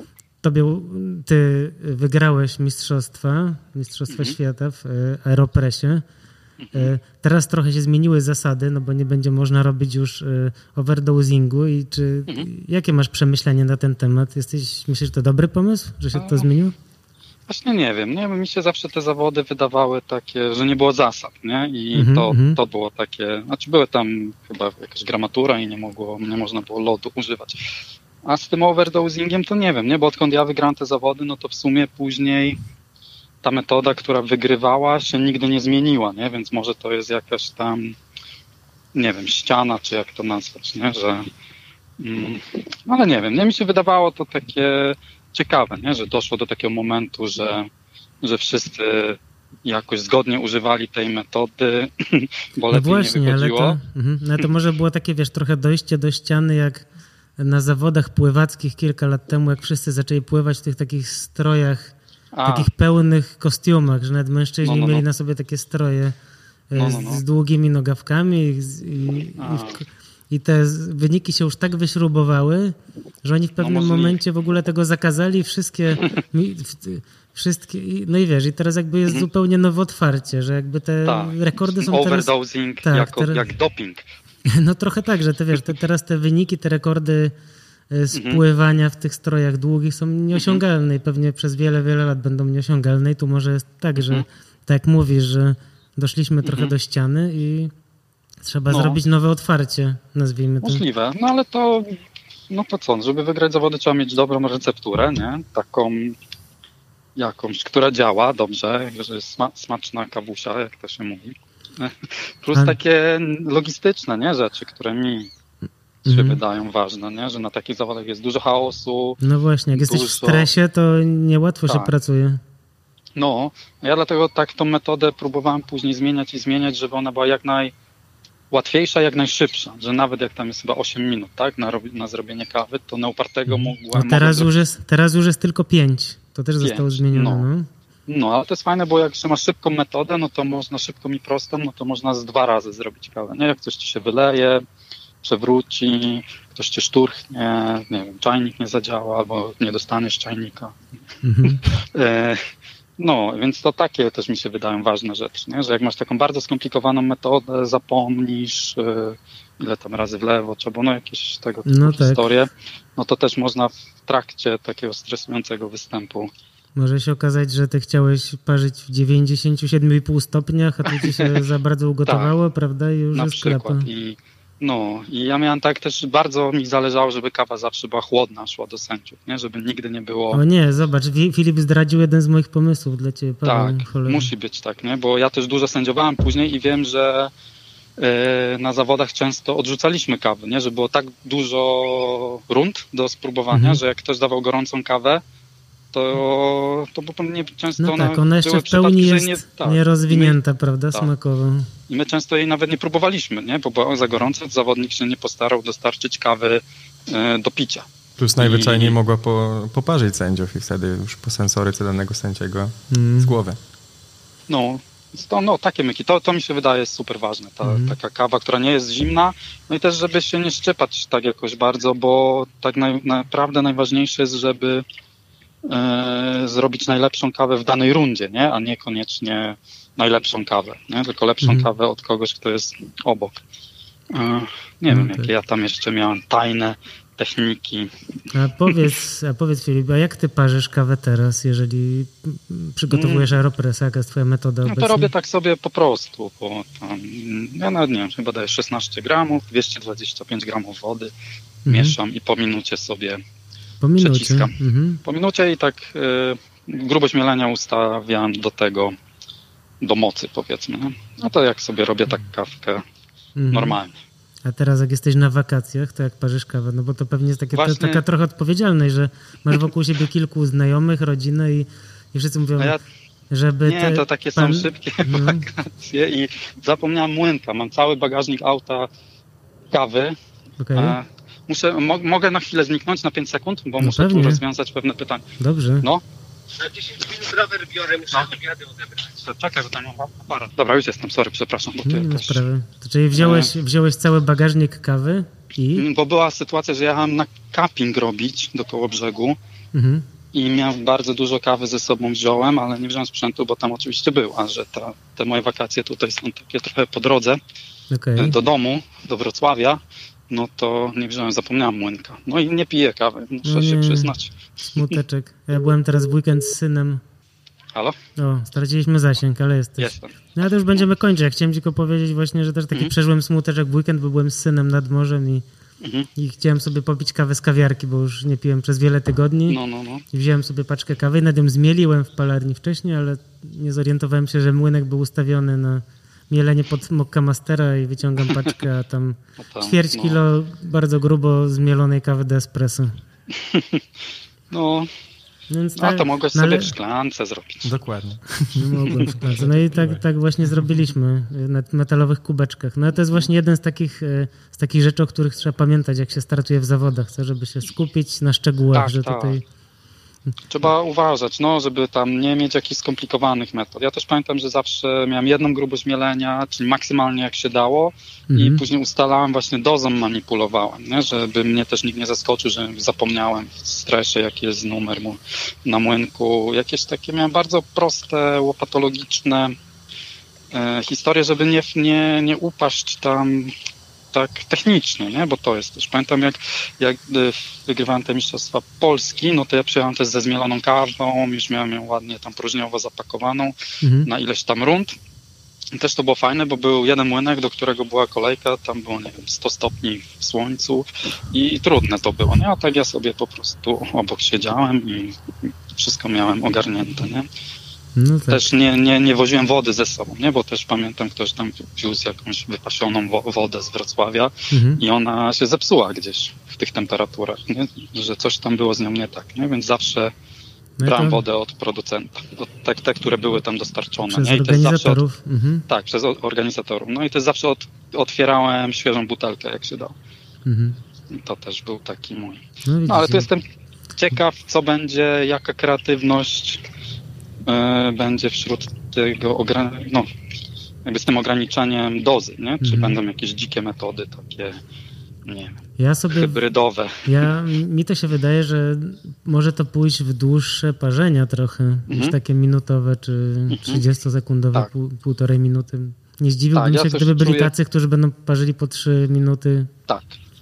ty wygrałeś mistrzostwa świata w Aeropressie. Teraz trochę się zmieniły zasady, no bo nie będzie można robić już overdosingu i jakie masz przemyślenia na ten temat? Myślisz, że to dobry pomysł, że się to zmieniło? Właśnie nie wiem, mi się zawsze te zawody wydawały takie, że nie było zasad, nie? I to było takie, były tam chyba jakaś gramatura i nie można było lodu używać. A z tym overdosingiem to nie wiem, nie? Bo odkąd ja wygrałem te zawody, no to w sumie później ta metoda, która wygrywała, się nigdy nie zmieniła, nie? Więc może to jest jakaś tam, nie wiem, ściana, czy jak to nazwać, nie? Że, ale nie wiem, mi się wydawało to takie ciekawe, nie? Że doszło do takiego momentu, że wszyscy jakoś zgodnie używali tej metody, bo lepiej właśnie, nie wychodziło. Ale to może było takie, trochę dojście do ściany, jak na zawodach pływackich kilka lat temu, jak wszyscy zaczęli pływać w tych takich strojach, takich pełnych kostiumach, że nawet mężczyźni mieli na sobie takie stroje z długimi nogawkami i te wyniki się już tak wyśrubowały, że oni w pewnym momencie w ogóle tego zakazali, wszystkie, no i i teraz jakby jest zupełnie nowe otwarcie, że jakby te rekordy są overdosing jak doping. No trochę tak, że teraz te wyniki, te rekordy spływania w tych strojach długich są nieosiągalne i pewnie przez wiele, wiele lat będą nieosiągalne i tu może jest tak, że tak jak mówisz, że doszliśmy trochę do ściany i trzeba zrobić nowe otwarcie, nazwijmy to. Możliwe, no ale to co, żeby wygrać zawody trzeba mieć dobrą recepturę, nie? Taką jakąś, która działa dobrze, że jest smaczna kawusia, jak to się mówi. Plus takie logistyczne, nie? Rzeczy, które mi się wydają ważne, nie? Że na takich zawodach jest dużo chaosu. No właśnie, jak jesteś w stresie, to niełatwo się pracuje. No, ja dlatego tak tą metodę próbowałem później zmieniać, żeby ona była jak najłatwiejsza, jak najszybsza, że nawet jak tam jest chyba 8 minut, tak, na zrobienie kawy, to na upartego mogłem... Teraz już jest tylko 5, to też zostało zmienione. No, ale to jest fajne, bo jak się ma szybką metodę, no to można szybką i prostą, no to można z 2 razy zrobić kawę, nie? Jak coś ci się wyleje, przewróci, ktoś cię szturchnie, nie wiem, czajnik nie zadziała, albo nie dostaniesz czajnika. No, więc to takie też mi się wydają ważne rzeczy, nie? Że jak masz taką bardzo skomplikowaną metodę, zapomnisz ile tam razy w lewo trzeba, no jakieś tego typu historie, no to też można w trakcie takiego stresującego występu. Może się okazać, że ty chciałeś parzyć w 97,5 stopniach, a tu ci się za bardzo ugotowało, prawda? I już na jest przykład. klapa. I ja miałem tak też, bardzo mi zależało, żeby kawa zawsze była chłodna, szła do sędziów, nie? Żeby nigdy nie było... O nie, zobacz, Filip zdradził jeden z moich pomysłów dla ciebie. Tak, musi być tak, nie? Bo ja też dużo sędziowałem później i wiem, że na zawodach często odrzucaliśmy kawy, nie? Że było tak dużo rund do spróbowania, że jak ktoś dawał gorącą kawę, to często ona jeszcze w pełni jest nierozwinięta, prawda, smakowo. I my często jej nawet nie próbowaliśmy, nie? Bo była za gorąco, zawodnik się nie postarał dostarczyć kawy do picia. Plus najwyczajniej mogła poparzyć sędziów i wtedy już po sensoryce danego sędziego z głowy. Takie myki. To mi się wydaje jest super ważne. Taka kawa, która nie jest zimna. No i też, żeby się nie szczypać tak jakoś bardzo, bo tak naprawdę najważniejsze jest, żeby zrobić najlepszą kawę w danej rundzie, nie? A niekoniecznie najlepszą kawę, nie? Tylko lepszą kawę od kogoś, kto jest obok. Nie wiem, jakie ja tam jeszcze miałem tajne techniki. A powiedz Filip, a jak ty parzysz kawę teraz, jeżeli przygotowujesz Aeropressa? Jaka jest twoja metoda obecnie? To robię tak sobie po prostu, bo tam, ja nawet nie wiem, chyba daję 16 gramów, 225 gramów wody, mieszam i po minucie sobie przeciskam. Po minucie i tak grubość mielenia ustawiam do mocy, powiedzmy. No to jak sobie robię tak kawkę normalnie. A teraz jak jesteś na wakacjach, to jak parzysz kawę? No bo to pewnie jest taka trochę odpowiedzialność, że masz wokół siebie kilku znajomych, rodzinę i wszyscy mówią, żeby... Nie, to takie są szybkie wakacje i zapomniałem młynka. Mam cały bagażnik auta kawy. Okay. Mogę na chwilę zniknąć na 5 sekund, bo muszę tu rozwiązać pewne pytanie. Dobrze. Na 10 minut rower biorę, muszę obiady odebrać. Czekaj, bo tam mam aparat. Dobra, już jestem, sorry, przepraszam. Bo nie ma sprawy. To czyli wziąłeś cały bagażnik kawy i... Bo była sytuacja, że jechałem na camping robić do Kołobrzegu i miałem bardzo dużo kawy ze sobą wziąłem, ale nie wziąłem sprzętu, bo tam oczywiście był, a że te moje wakacje tutaj są takie trochę po drodze do domu, do Wrocławia, no to nie wziąłem, zapomniałem młynka. No i nie piję kawy, muszę się przyznać. Smuteczek. Ja byłem teraz w weekend z synem. Halo? Straciliśmy zasięg, ale jesteś. Jestem. No ale to już będziemy kończyć. Ja chciałem tylko powiedzieć właśnie, że też taki przeżyłem smuteczek w weekend, bo byłem z synem nad morzem i chciałem sobie popić kawę z kawiarki, bo już nie piłem przez wiele tygodni. No. I wziąłem sobie paczkę kawy i nad ją zmieliłem w palarni wcześniej, ale nie zorientowałem się, że młynek był ustawiony na mielenie pod Mokka Mastera i wyciągam paczkę, a tam ćwierć kilo bardzo grubo zmielonej kawy do espresso. To mogłeś sobie w szklance zrobić. Dokładnie. Mogłem w szklance. No i tak właśnie zrobiliśmy na metalowych kubeczkach. No to jest właśnie jeden z takich rzeczy, o których trzeba pamiętać, jak się startuje w zawodach, żeby się skupić na szczegółach, tutaj... Trzeba uważać, żeby tam nie mieć jakichś skomplikowanych metod. Ja też pamiętam, że zawsze miałem jedną grubość mielenia, czyli maksymalnie jak się dało i później ustalałem, właśnie dozą manipulowałem, nie? Żeby mnie też nikt nie zaskoczył, że zapomniałem w stresie, jaki jest numer na młynku. Jakieś takie miałem bardzo proste, łopatologiczne historie, żeby nie upaść tam tak technicznie, nie? Bo to jest też. Pamiętam, jak wygrywałem te mistrzostwa Polski, to ja przyjechałem też ze zmieloną kawą, już miałem ją ładnie tam próżniowo zapakowaną na ileś tam rund. I też to było fajne, bo był jeden młynek, do którego była kolejka, tam było, 100 stopni w słońcu i trudne to było, nie? A tak ja sobie po prostu obok siedziałem i wszystko miałem ogarnięte, nie? No tak. Też nie woziłem wody ze sobą, nie? Bo też pamiętam, ktoś tam wiózł jakąś wypasioną wodę z Wrocławia i ona się zepsuła gdzieś w tych temperaturach, nie? Że coś tam było z nią nie tak, nie? Więc zawsze brałem wodę od producenta, te, które były tam dostarczone. Przez nie? I organizatorów. Tak, przez organizatorów. No i też zawsze otwierałem świeżą butelkę, jak się dało. I to też był taki mój. No ale tu jestem ciekaw, co będzie, jaka kreatywność będzie wśród tego jakby z tym ograniczeniem dozy, nie? Czy będą jakieś dzikie metody takie, nie wiem, hybrydowe. Mi to się wydaje, że może to pójść w dłuższe parzenia trochę, niż takie minutowe, czy 30-sekundowe, półtorej minuty. Nie zdziwiłbym się, gdyby byli tacy, którzy będą parzyli po 3 minuty. Tak.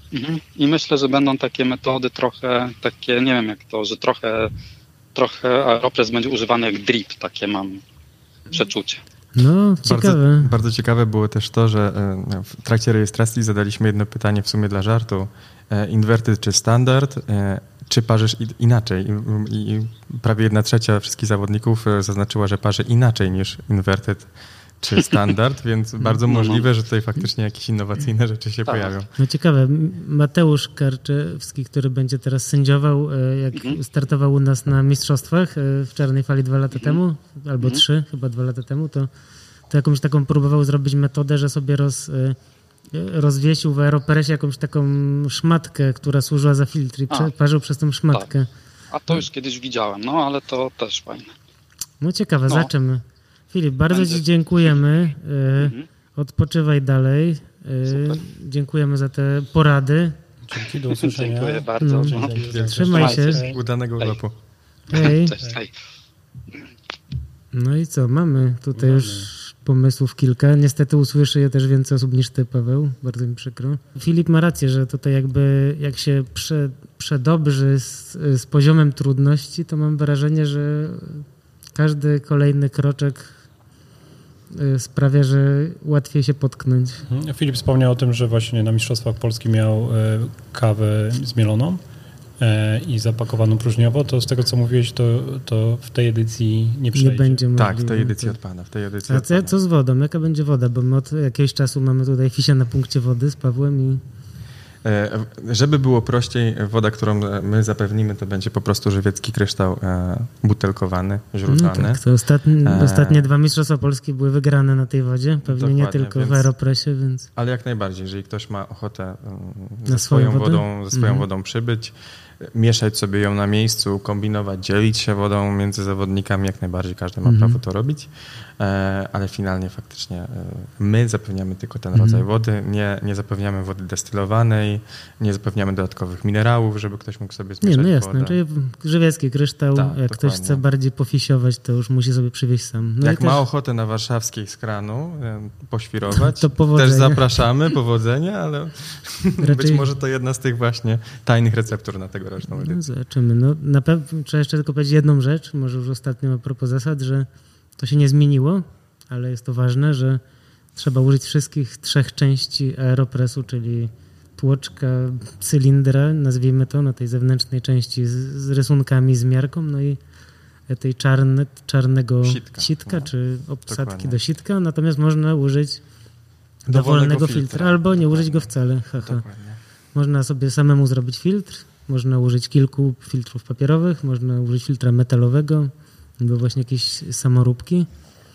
I myślę, że będą takie metody trochę takie, nie wiem jak to, że trochę Aeropress będzie używany jak drip, takie mam przeczucie. No, ciekawe. Bardzo ciekawe było też to, że w trakcie rejestracji zadaliśmy jedno pytanie w sumie dla żartu. Inverted czy standard? Czy parzysz inaczej? I prawie 1/3 wszystkich zawodników zaznaczyła, że parzy inaczej niż inverted czy standard, więc bardzo możliwe, że tutaj faktycznie jakieś innowacyjne rzeczy się pojawią. No ciekawe. Mateusz Karczewski, który będzie teraz sędziował, jak startował u nas na mistrzostwach w Czarnej Fali 2 lata temu, albo 3, chyba 2 lata temu, to jakąś taką próbował zrobić metodę, że sobie rozwiesił w Aeropressie jakąś taką szmatkę, która służyła za filtr i parzył przez tą szmatkę. Tak. A to już kiedyś widziałem, ale to też fajne. No ciekawe, zobaczymy. Filip, bardzo Ci dziękujemy. Odpoczywaj dalej. Dziękujemy za te porady. Dzięki, do usłyszenia. Dziękuję bardzo. Trzymaj się. Udanego urlopu. Hej. Cześć. Hej. No i co, mamy tutaj już pomysłów kilka. Niestety usłyszy je też więcej osób niż ty, Paweł. Bardzo mi przykro. Filip ma rację, że tutaj jakby jak się przedobrzy z poziomem trudności, to mam wrażenie, że każdy kolejny kroczek sprawia, że łatwiej się potknąć. Filip wspomniał o tym, że właśnie na Mistrzostwach Polski miał kawę zmieloną i zapakowaną próżniowo. To z tego, co mówiłeś, to w tej edycji nie przejdzie. Nie będzie możliwe. Tak, w tej edycji odpada. A co z wodą? Jaka będzie woda? Bo my od jakiegoś czasu mamy tutaj fisia na punkcie wody z Pawłem i... Żeby było prościej, woda, którą my zapewnimy, to będzie po prostu żywiecki kryształ butelkowany, źródlany. No tak, to ostatnie 2 Mistrzostwa Polski były wygrane na tej wodzie, pewnie dokładnie, nie tylko w Aeropressie, więc... Ale jak najbardziej, jeżeli ktoś ma ochotę ze swoją wodą przybyć, mieszać sobie ją na miejscu, kombinować, dzielić się wodą między zawodnikami, jak najbardziej każdy ma prawo to robić, ale finalnie faktycznie my zapewniamy tylko ten rodzaj wody, nie zapewniamy wody destylowanej, nie zapewniamy dodatkowych minerałów, żeby ktoś mógł sobie zmieszać wodę. No jasne, czyli żywiecki kryształ, jak dokładnie. Ktoś chce bardziej pofisiować, to już musi sobie przywieźć sam. No jak ma ochotę na warszawskiej z kranu poświrować, to też zapraszamy, powodzenia, ale być może to jedna z tych właśnie tajnych receptur na tegoroczną edycję. No, zobaczymy. No, na pewno trzeba jeszcze tylko powiedzieć jedną rzecz, może już ostatnio a propos zasad, że to się nie zmieniło, ale jest to ważne, że trzeba użyć wszystkich 3 części Aeropressu, czyli tłoczka, cylindra, nazwijmy to, na tej zewnętrznej części z rysunkami, z miarką, no i tej czarnego sitka czy obsadki dokładnie. Do sitka, natomiast można użyć dowolnego filtra albo nie użyć go wcale. Można sobie samemu zrobić filtr można użyć kilku filtrów papierowych, można użyć filtra metalowego, albo właśnie jakieś samoróbki.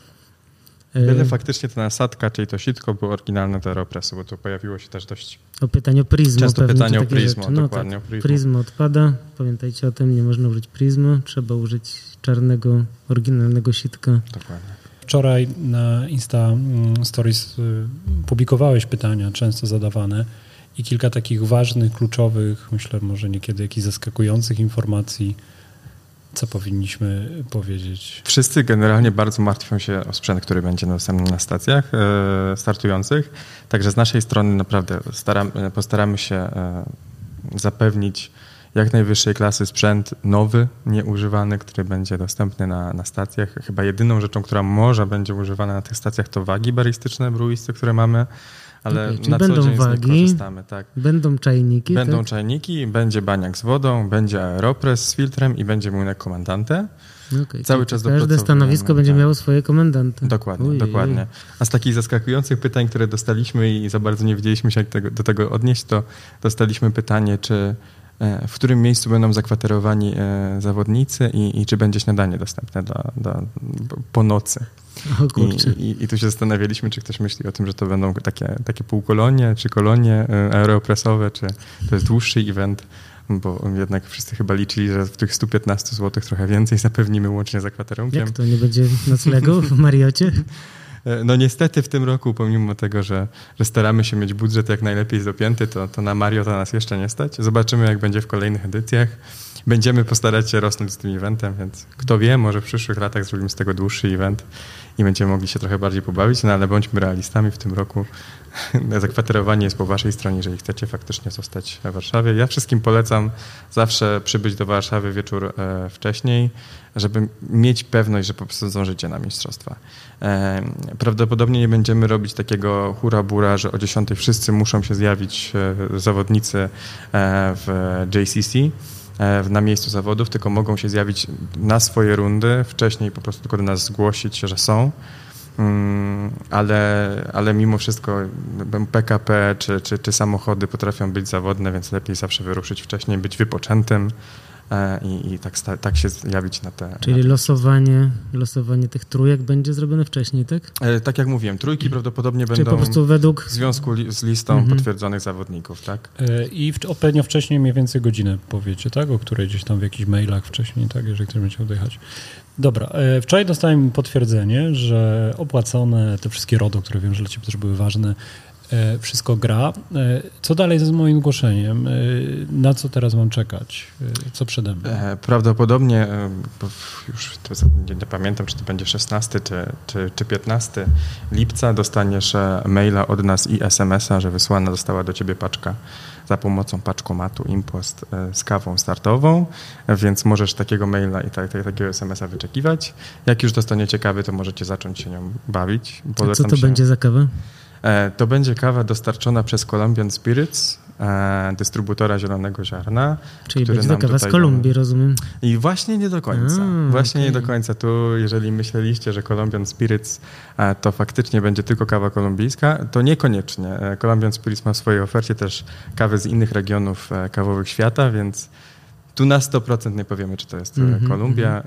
Byle faktycznie ta nasadka, czyli to sitko było oryginalne do Aeropressu, bo tu pojawiło się też dość... O pytanie o Prismo. Często pewnie, pytanie o Prismo, Prismo, dokładnie o Prismo. Prismo odpada, pamiętajcie o tym, nie można użyć Prismo, trzeba użyć czarnego, oryginalnego sitka. Dokładnie. Wczoraj na Insta Stories publikowałeś pytania często zadawane i kilka takich ważnych, kluczowych, myślę może niekiedy jakichś zaskakujących informacji. Co powinniśmy powiedzieć? Wszyscy generalnie bardzo martwią się o sprzęt, który będzie dostępny na stacjach startujących. Także z naszej strony naprawdę postaramy się zapewnić jak najwyższej klasy sprzęt nowy, nieużywany, który będzie dostępny na stacjach. Chyba jedyną rzeczą, która może będzie używana na tych stacjach, to wagi baristyczne, brewiste, które mamy. Ale na co dzień z nich korzystamy. Tak. Będą czajniki. Będą czajniki, będzie baniak z wodą, będzie Aeropress z filtrem i będzie młynek komandante. Cały czas każde stanowisko będzie miało swoje komendanty. Dokładnie, dokładnie. A z takich zaskakujących pytań, które dostaliśmy i za bardzo nie wiedzieliśmy się jak do tego odnieść, to dostaliśmy pytanie, czy w którym miejscu będą zakwaterowani zawodnicy i czy będzie śniadanie dostępne po nocy. I tu się zastanawialiśmy, czy ktoś myśli o tym, że to będą takie półkolonie, czy kolonie aeropresowe, czy to jest dłuższy event, bo jednak wszyscy chyba liczyli, że w tych 115 zł trochę więcej zapewnimy łącznie z zakwaterunkiem. Jak to, nie będzie noclegu w Mariocie? No niestety w tym roku, pomimo tego, że staramy się mieć budżet jak najlepiej dopięty, to na Mariota nas jeszcze nie stać. Zobaczymy, jak będzie w kolejnych edycjach. Będziemy postarać się rosnąć z tym eventem, więc kto wie, może w przyszłych latach zrobimy z tego dłuższy event i będziemy mogli się trochę bardziej pobawić, no ale bądźmy realistami w tym roku. Zakwaterowanie jest po waszej stronie, jeżeli chcecie faktycznie zostać w Warszawie. Ja wszystkim polecam zawsze przybyć do Warszawy wieczór wcześniej, żeby mieć pewność, że po prostu zdążycie na mistrzostwa. Prawdopodobnie nie będziemy robić takiego hura-bura, że o 10:00 wszyscy muszą się zjawić zawodnicy w JCC na miejscu zawodów, tylko mogą się zjawić na swoje rundy, wcześniej po prostu tylko do nas zgłosić się, że są. Ale mimo wszystko PKP czy samochody potrafią być zawodne, więc lepiej zawsze wyruszyć wcześniej, być wypoczętym i tak się zjawić na te... Czyli losowanie tych trójek będzie zrobione wcześniej, tak? Tak jak mówiłem, trójki prawdopodobnie Czyli będą po prostu według... w związku z listą potwierdzonych zawodników, tak? I odpowiednio wcześniej mniej więcej godzinę powiecie, tak? O której gdzieś tam w jakichś mailach wcześniej, tak? Jeżeli ktoś będzie odjechać. Dobra, wczoraj dostałem potwierdzenie, że opłacone te wszystkie RODO, które wiem, że dla ciebie też były ważne, wszystko gra. Co dalej z moim zgłoszeniem? Na co teraz mam czekać? Co przede mną? Prawdopodobnie, już nie pamiętam, czy to będzie 16 czy 15 lipca, dostaniesz maila od nas i SMS-a, że wysłana została do ciebie paczka za pomocą paczkomatu Impost z kawą startową, więc możesz takiego maila i takiego SMS-a wyczekiwać. Jak już dostaniecie kawy, to możecie zacząć się nią bawić. A co to będzie za kawa? To będzie kawa dostarczona przez Colombian Spirits, dystrybutora zielonego ziarna. Czyli będzie to kawa z Kolumbii, rozumiem. I właśnie nie do końca. Nie do końca. Tu, jeżeli myśleliście, że Colombian Spirits to faktycznie będzie tylko kawa kolumbijska, to niekoniecznie. Colombian Spirits ma w swojej ofercie też kawy z innych regionów kawowych świata, więc tu na 100% nie powiemy, czy to jest Kolumbia.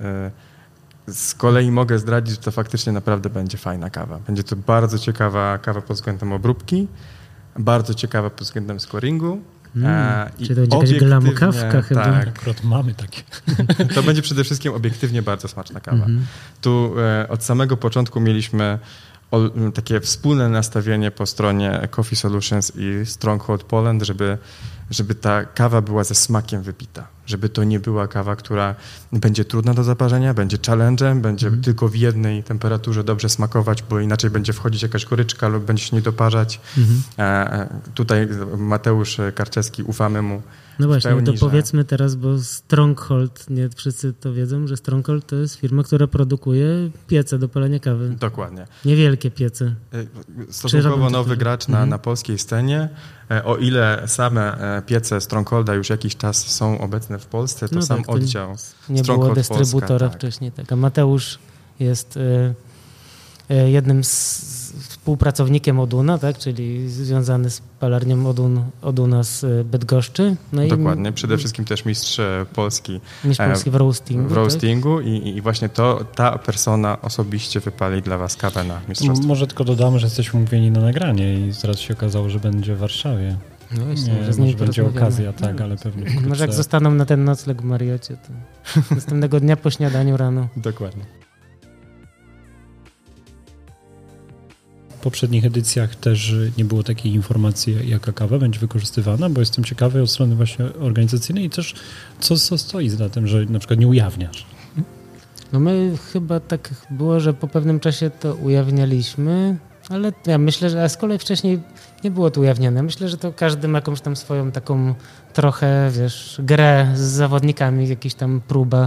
Z kolei mogę zdradzić, że to faktycznie naprawdę będzie fajna kawa. Będzie to bardzo ciekawa kawa pod względem obróbki, bardzo ciekawa pod względem scoringu. Czyli to będzie jakaś glamkawka chyba. Tak. Akurat mamy takie. To będzie przede wszystkim obiektywnie bardzo smaczna kawa. Tu od samego początku mieliśmy takie wspólne nastawienie po stronie Coffee Solutions i Stronghold Poland, żeby ta kawa była ze smakiem wypita. Żeby to nie była kawa, która będzie trudna do zaparzenia, będzie challenge'em, będzie tylko w jednej temperaturze dobrze smakować, bo inaczej będzie wchodzić jakaś goryczka lub będzie się nie doparzać. Tutaj Mateusz Karczewski, ufamy mu. No właśnie, pełni, to powiedzmy teraz, bo Stronghold, nie wszyscy to wiedzą, że Stronghold to jest firma, która produkuje piece do palenia kawy. Dokładnie. Niewielkie piece. Stosunkowo nowy gracz na polskiej scenie. O ile same piece Strongholda już jakiś czas są obecne w Polsce, to sam oddział nie było dystrybutora Polska, wcześniej. Tak. A Mateusz jest jednym z współpracownikiem Oduna, tak, czyli związany z palarnią Oduna z Bydgoszczy. No dokładnie, przede wszystkim też mistrz Polski w roastingu. W roastingu tak? i właśnie ta persona osobiście wypali dla was kawę na mistrzostwo. Może tylko dodamy, że jesteśmy umówieni na nagranie i zaraz się okazało, że będzie w Warszawie. No właśnie, może będzie okazja, tak, ale pewnie wkrótce. Może jak zostaną na ten nocleg w Mariocie, to następnego dnia po śniadaniu rano. Dokładnie. W poprzednich edycjach też nie było takiej informacji, jaka kawa będzie wykorzystywana, bo jestem ciekawy od strony właśnie organizacyjnej i też co stoi za tym, że na przykład nie ujawniasz. No my chyba tak było, że po pewnym czasie to ujawnialiśmy, ale ja myślę, że z kolei wcześniej nie było to ujawnione. Myślę, że to każdy ma jakąś tam swoją taką trochę, grę z zawodnikami, jakiś tam próba,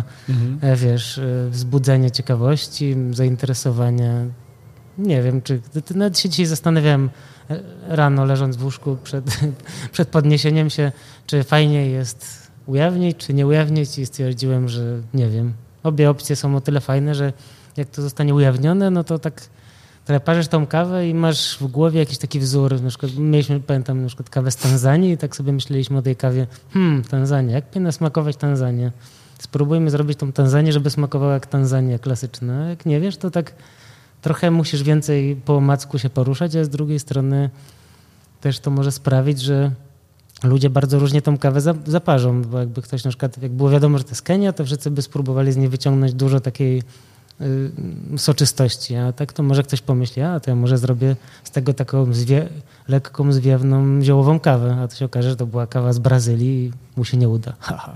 wzbudzenie ciekawości, zainteresowania. Nie wiem, czy nawet się dzisiaj zastanawiałem rano, leżąc w łóżku przed podniesieniem się, czy fajnie jest ujawnić, czy nie ujawnić i stwierdziłem, że nie wiem. Obie opcje są o tyle fajne, że jak to zostanie ujawnione, no to tak parzysz tą kawę i masz w głowie jakiś taki wzór. Na przykład pamiętam na przykład kawę z Tanzanii i tak sobie myśleliśmy o tej kawie. Tanzania, jak powinna smakować Tanzania? Spróbujmy zrobić tą Tanzanię, żeby smakowała jak Tanzania klasyczna. Jak nie wiesz, to tak trochę musisz więcej po omacku się poruszać, a z drugiej strony też to może sprawić, że ludzie bardzo różnie tą kawę zaparzą, bo jakby ktoś na przykład, jak było wiadomo, że to jest Kenia, to wszyscy by spróbowali z niej wyciągnąć dużo takiej soczystości, a tak to może ktoś pomyśli, to ja może zrobię z tego taką lekką, zwiewną, ziołową kawę, a to się okaże, że to była kawa z Brazylii i mu się nie uda.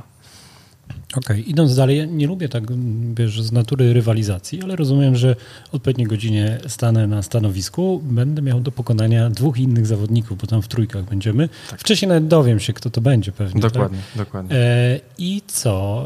Okej, idąc dalej, ja nie lubię tak, z natury rywalizacji, ale rozumiem, że o odpowiedniej godzinie stanę na stanowisku, będę miał do pokonania 2 innych zawodników, bo tam w trójkach będziemy. Tak. Wcześniej nawet dowiem się, kto to będzie pewnie. Dokładnie. I co?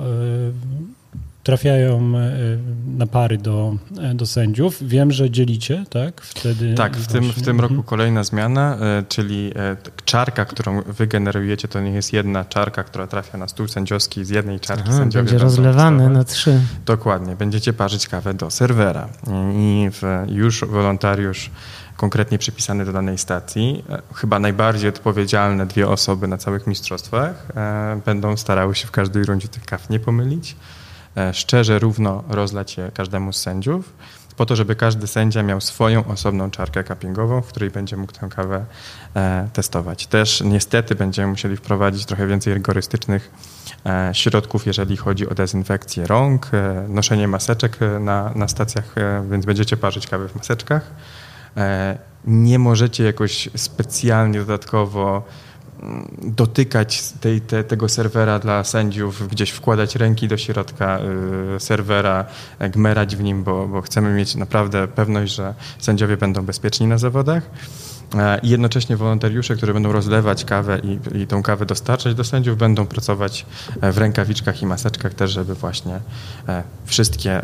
Trafiają na pary do sędziów. Wiem, że dzielicie, tak? Wtedy tak, w tym roku kolejna zmiana, czyli czarka, którą wy generujecie, to nie jest jedna czarka, która trafia na stół sędziowski z jednej czarki. Sędziowie będzie rozlewane na 3. Dokładnie. Będziecie parzyć kawę do serwera i już wolontariusz konkretnie przypisany do danej stacji, chyba najbardziej odpowiedzialne 2 osoby na całych mistrzostwach będą starały się w każdej rundzie tych kaw nie pomylić. Szczerze, równo rozlać je każdemu z sędziów, po to, żeby każdy sędzia miał swoją osobną czarkę cuppingową, w której będzie mógł tę kawę testować. Też niestety będziemy musieli wprowadzić trochę więcej rygorystycznych środków, jeżeli chodzi o dezynfekcję rąk, noszenie maseczek na stacjach, więc będziecie parzyć kawę w maseczkach. Nie możecie jakoś specjalnie dodatkowo dotykać tego serwera dla sędziów, gdzieś wkładać ręki do środka serwera, gmerać w nim, bo chcemy mieć naprawdę pewność, że sędziowie będą bezpieczni na zawodach. I jednocześnie wolontariusze, którzy będą rozlewać kawę i tą kawę dostarczać do sędziów, będą pracować w rękawiczkach i maseczkach też, żeby właśnie wszystkie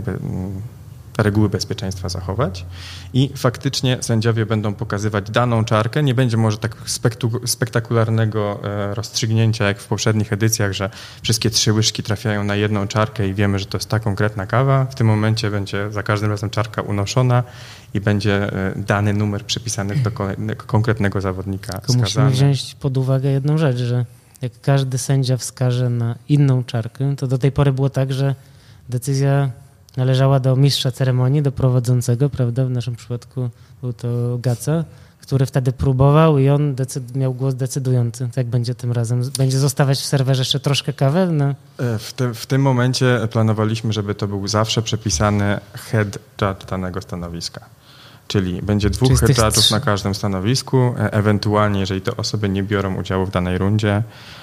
reguły bezpieczeństwa zachować i faktycznie sędziowie będą pokazywać daną czarkę. Nie będzie może tak spektakularnego rozstrzygnięcia jak w poprzednich edycjach, że wszystkie 3 łyżki trafiają na jedną czarkę i wiemy, że to jest ta konkretna kawa. W tym momencie będzie za każdym razem czarka unoszona i będzie dany numer przypisany do konkretnego zawodnika wskazany. Musimy wziąć pod uwagę jedną rzecz, że jak każdy sędzia wskaże na inną czarkę, to do tej pory było tak, że decyzja należała do mistrza ceremonii, do prowadzącego, prawda? W naszym przypadku był to Gaca, który wtedy próbował i on miał głos decydujący. Tak będzie tym razem. Będzie zostawać w serwerze jeszcze troszkę kawy? No. W tym momencie planowaliśmy, żeby to był zawsze przepisany head judge danego stanowiska. Czyli będzie 2 head judge'ów na każdym stanowisku, ewentualnie jeżeli te osoby nie biorą udziału w danej rundzie,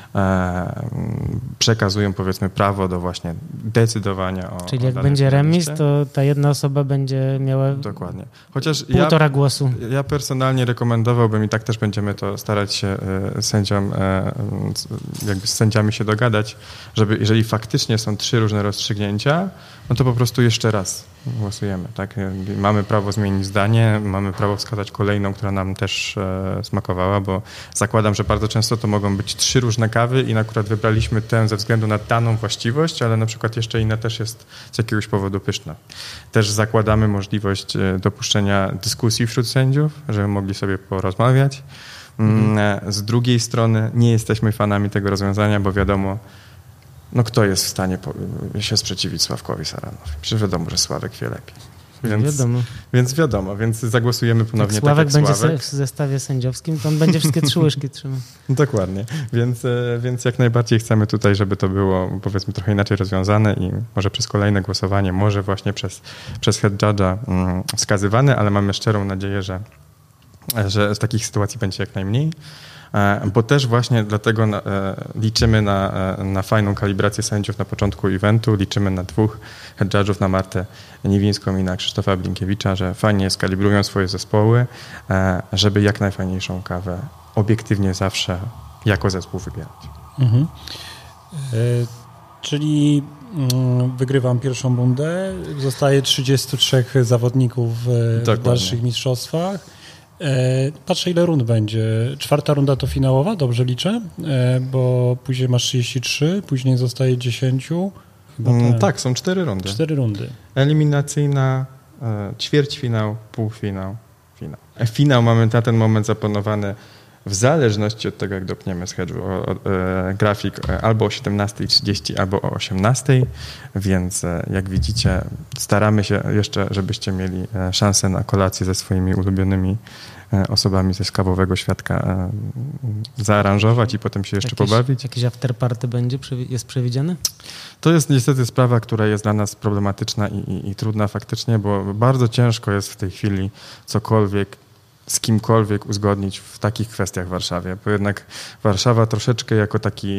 przekazują powiedzmy prawo do właśnie decydowania o Czyli jak będzie remis, to ta jedna osoba będzie miała dokładnie. Chociaż 1,5 głosu. Ja personalnie rekomendowałbym i tak też będziemy to starać się sędziom, jakby z sędziami się dogadać, żeby jeżeli faktycznie są 3 różne rozstrzygnięcia, no to po prostu jeszcze raz głosujemy, tak? Mamy prawo zmienić zdanie, mamy prawo wskazać kolejną, która nam też smakowała, bo zakładam, że bardzo często to mogą być 3 różne kawy i akurat wybraliśmy tę ze względu na daną właściwość, ale na przykład jeszcze inna też jest z jakiegoś powodu pyszna. Też zakładamy możliwość dopuszczenia dyskusji wśród sędziów, żeby mogli sobie porozmawiać. Z drugiej strony nie jesteśmy fanami tego rozwiązania, bo wiadomo, no kto jest w stanie się sprzeciwić Sławkowi Saranowi? Przecież wiadomo, że Sławek wie lepiej. Więc zagłosujemy ponownie tak jak Sławek. Sławek. W zestawie sędziowskim, to on będzie wszystkie 3 łyżki trzymał. Dokładnie. Więc jak najbardziej chcemy tutaj, żeby to było, powiedzmy, trochę inaczej rozwiązane i może przez kolejne głosowanie, może właśnie przez head judge'a wskazywane, ale mamy szczerą nadzieję, że z takich sytuacji będzie jak najmniej. Bo też właśnie dlatego liczymy na fajną kalibrację sędziów na początku eventu, liczymy na 2 head judge'ów, na Martę Niwińską i na Krzysztofa Blinkiewicza, że fajnie skalibrują swoje zespoły, żeby jak najfajniejszą kawę obiektywnie zawsze jako zespół wybierać. Mhm. Czyli wygrywam pierwszą rundę, zostaje 33 zawodników w dalszych mistrzostwach. Patrzę, ile rund będzie. 4. runda to finałowa, dobrze liczę? Bo później masz 33, później zostaje 10. Tak, są 4 rundy. 4 rundy. Eliminacyjna, ćwierćfinał, półfinał, finał. Finał mamy na ten moment zaplanowany w zależności od tego, jak dopniemy z hedge'u grafik albo o 17:30, albo o 18:00, więc jak widzicie, staramy się jeszcze, żebyście mieli szansę na kolację ze swoimi ulubionymi osobami ze kawowego świadka zaaranżować i potem się jeszcze pobawić. Jakieś afterparty jest przewidziane? To jest niestety sprawa, która jest dla nas problematyczna i trudna faktycznie, bo bardzo ciężko jest w tej chwili cokolwiek z kimkolwiek uzgodnić w takich kwestiach w Warszawie, bo jednak Warszawa troszeczkę jako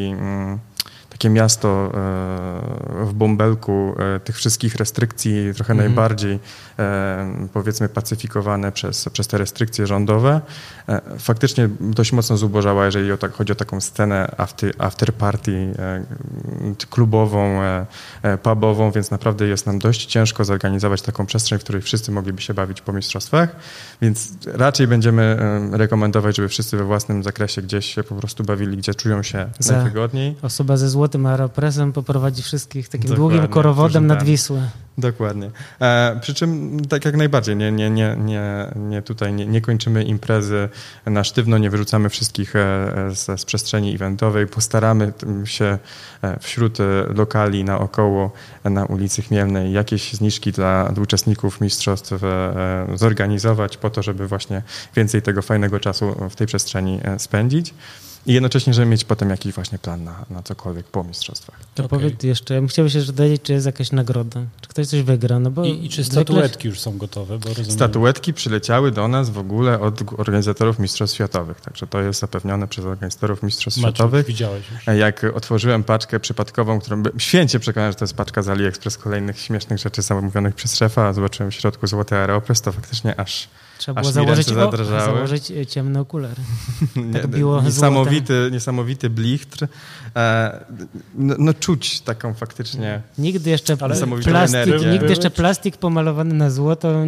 takie miasto w bąbelku tych wszystkich restrykcji, trochę najbardziej powiedzmy pacyfikowane przez te restrykcje rządowe, faktycznie dość mocno zubożała, jeżeli chodzi o taką scenę after party klubową, pubową, więc naprawdę jest nam dość ciężko zorganizować taką przestrzeń, w której wszyscy mogliby się bawić po mistrzostwach, więc raczej będziemy rekomendować, żeby wszyscy we własnym zakresie gdzieś się po prostu bawili, gdzie czują się najwygodniej. Osoba ze złotym aeropresem poprowadzi wszystkich takim długim korowodem nad Wisłę. Dokładnie. Przy czym tak jak najbardziej nie kończymy imprezy na sztywno, nie wyrzucamy wszystkich z przestrzeni eventowej. Postaramy się wśród lokali naokoło na ulicy Chmielnej jakieś zniżki dla uczestników mistrzostw zorganizować po to, żeby właśnie więcej tego fajnego czasu w tej przestrzeni spędzić. I jednocześnie, żeby mieć potem jakiś właśnie plan na cokolwiek po mistrzostwach. To powiedz jeszcze, ja bym chciał się dowiedzieć, czy jest jakaś nagroda, czy ktoś coś wygra. No bo I czy statuetki już są gotowe? Bo rozumiem... Statuetki przyleciały do nas w ogóle od organizatorów Mistrzostw Światowych, także to jest zapewnione przez organizatorów Mistrzostw Światowych. Widziałeś już. Jak otworzyłem paczkę przypadkową, którą święcie przekonałem, że to jest paczka z AliExpress kolejnych śmiesznych rzeczy zamówionych przez szefa, a zobaczyłem w środku złoty aeropress, to faktycznie aż trzeba było założyć ciemne okulary. Tak Niesamowity blichtr. No czuć taką faktycznie nigdy jeszcze plastik pomalowany na złoto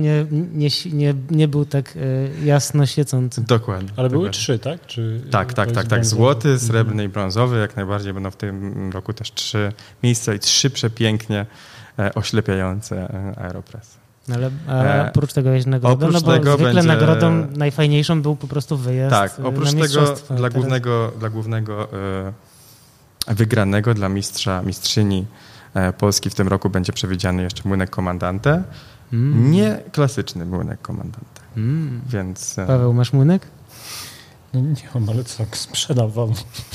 nie był tak jasno świecący. Dokładnie. Ale były 3, tak? Tak. Złoty, srebrny i brązowy. Jak najbardziej będą w tym roku też 3 miejsca i 3 przepięknie oślepiające aeropressy. Ale oprócz tego jest nagroda, bo zwykle nagrodą najfajniejszą był po prostu wyjazd. Tak, oprócz tego dla głównego wygranego, dla mistrzyni Polski w tym roku będzie przewidziany jeszcze młynek Komandante. Nie klasyczny młynek Komandante. Więc... Paweł, masz młynek? Nie mam, ale co, sprzedam wam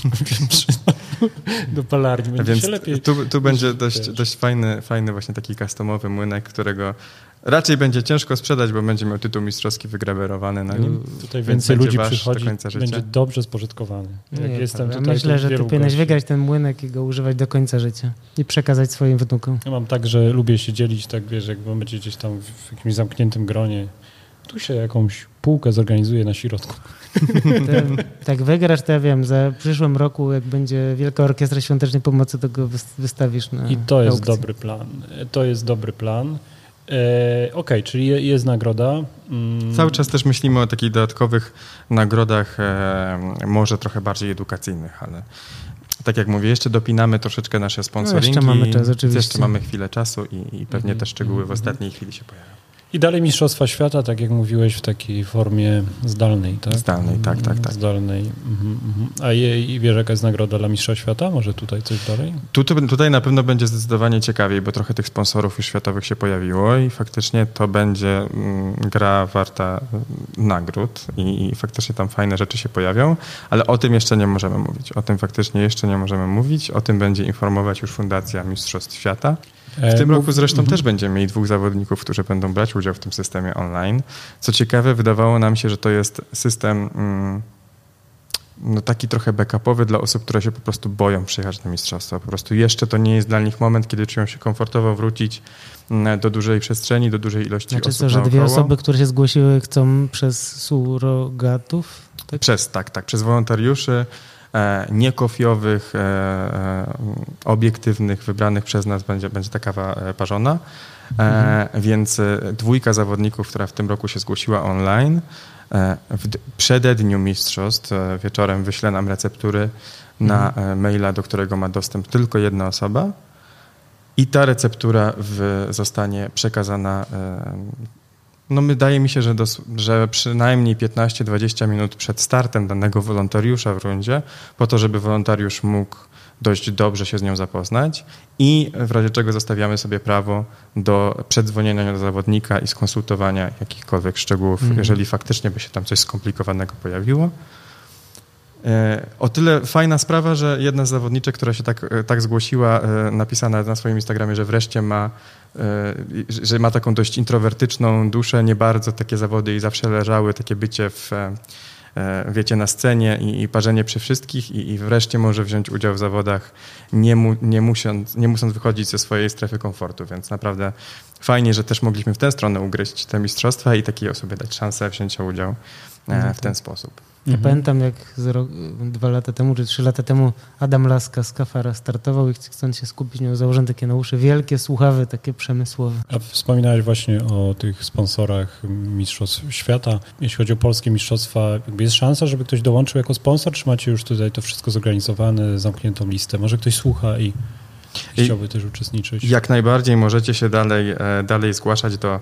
do palarni. Będzie więc się lepiej. Tu będzie dość fajny właśnie taki customowy młynek, którego raczej będzie ciężko sprzedać, bo będzie miał tytuł mistrzowski wygrawerowany na nim. Tutaj więcej ludzi przychodzi, będzie dobrze spożytkowany. Myślę, że ty powinieneś wygrać ten młynek i go używać do końca życia i przekazać swoim wnukom. Ja mam tak, że lubię się dzielić, tak wiesz, jak będziecie gdzieś tam w jakimś zamkniętym gronie. Tu się jakąś półkę zorganizuję na środku. Tak wygrasz, to ja wiem, za przyszłym roku, jak będzie Wielka Orkiestra Świątecznej Pomocy, to go wystawisz na I to jest aukcji. dobry plan. To jest dobry plan. Okej, czyli jest nagroda. Cały czas też myślimy o takich dodatkowych nagrodach, może trochę bardziej edukacyjnych, ale tak jak mówię, jeszcze dopinamy troszeczkę nasze sponsoringi. Jeszcze mamy czas, oczywiście. Jeszcze mamy chwilę czasu i pewnie te szczegóły w ostatniej chwili się pojawią. I dalej Mistrzostwa Świata, tak jak mówiłeś, w takiej formie zdalnej, tak? Zdalnej, tak. Zdalnej. A wiesz, jaka jest nagroda dla Mistrza Świata? Może tutaj coś dalej? Tutaj na pewno będzie zdecydowanie ciekawiej, bo trochę tych sponsorów już światowych się pojawiło i faktycznie to będzie gra warta nagród i faktycznie tam fajne rzeczy się pojawią, ale o tym jeszcze nie możemy mówić. O tym faktycznie jeszcze nie możemy mówić. O tym będzie informować już Fundacja Mistrzostw Świata. W tym roku zresztą też będziemy mieli 2 zawodników, którzy będą brać udział w tym systemie online. Co ciekawe, wydawało nam się, że to jest system taki trochę backupowy dla osób, które się po prostu boją przyjechać na mistrzostwa. Po prostu jeszcze to nie jest dla nich moment, kiedy czują się komfortowo wrócić do dużej przestrzeni, do dużej ilości osób co, że naokoło. 2 osoby, które się zgłosiły, chcą przez surogatów? Tak? Przez wolontariuszy niekofiowych, obiektywnych, wybranych przez nas będzie ta kawa parzona. Więc 2 zawodników, która w tym roku się zgłosiła online, w przededniu mistrzostw wieczorem wyśle nam receptury na maila, do którego ma dostęp tylko 1 osoba i ta receptura zostanie przekazana. Wydaje mi się, że przynajmniej 15-20 minut przed startem danego wolontariusza w rundzie, po to, żeby wolontariusz mógł dość dobrze się z nią zapoznać i w razie czego zostawiamy sobie prawo do przedzwonienia do zawodnika i skonsultowania jakichkolwiek szczegółów, jeżeli faktycznie by się tam coś skomplikowanego pojawiło. O tyle fajna sprawa, że jedna z zawodniczek, która się tak zgłosiła, napisała na swoim Instagramie, że wreszcie że ma taką dość introwertyczną duszę, nie bardzo takie zawody jej zawsze leżały, takie bycie na scenie i parzenie przy wszystkich i wreszcie może wziąć udział w zawodach, nie musząc wychodzić ze swojej strefy komfortu, więc naprawdę fajnie, że też mogliśmy w tę stronę ugryźć te mistrzostwa i takiej osobie dać szansę wzięcia udziału w ten sposób. Ja pamiętam, jak 2 lata temu, czy 3 lata temu Adam Laska z Kafara startował i chcąc się skupić, miał założone takie na uszy wielkie słuchawy, takie przemysłowe. A wspominałeś właśnie o tych sponsorach Mistrzostw Świata. Jeśli chodzi o polskie mistrzostwa, jest szansa, żeby ktoś dołączył jako sponsor, czy macie już tutaj to wszystko zorganizowane, zamkniętą listę? Może ktoś słucha i chciałby też uczestniczyć? Jak najbardziej możecie się dalej zgłaszać do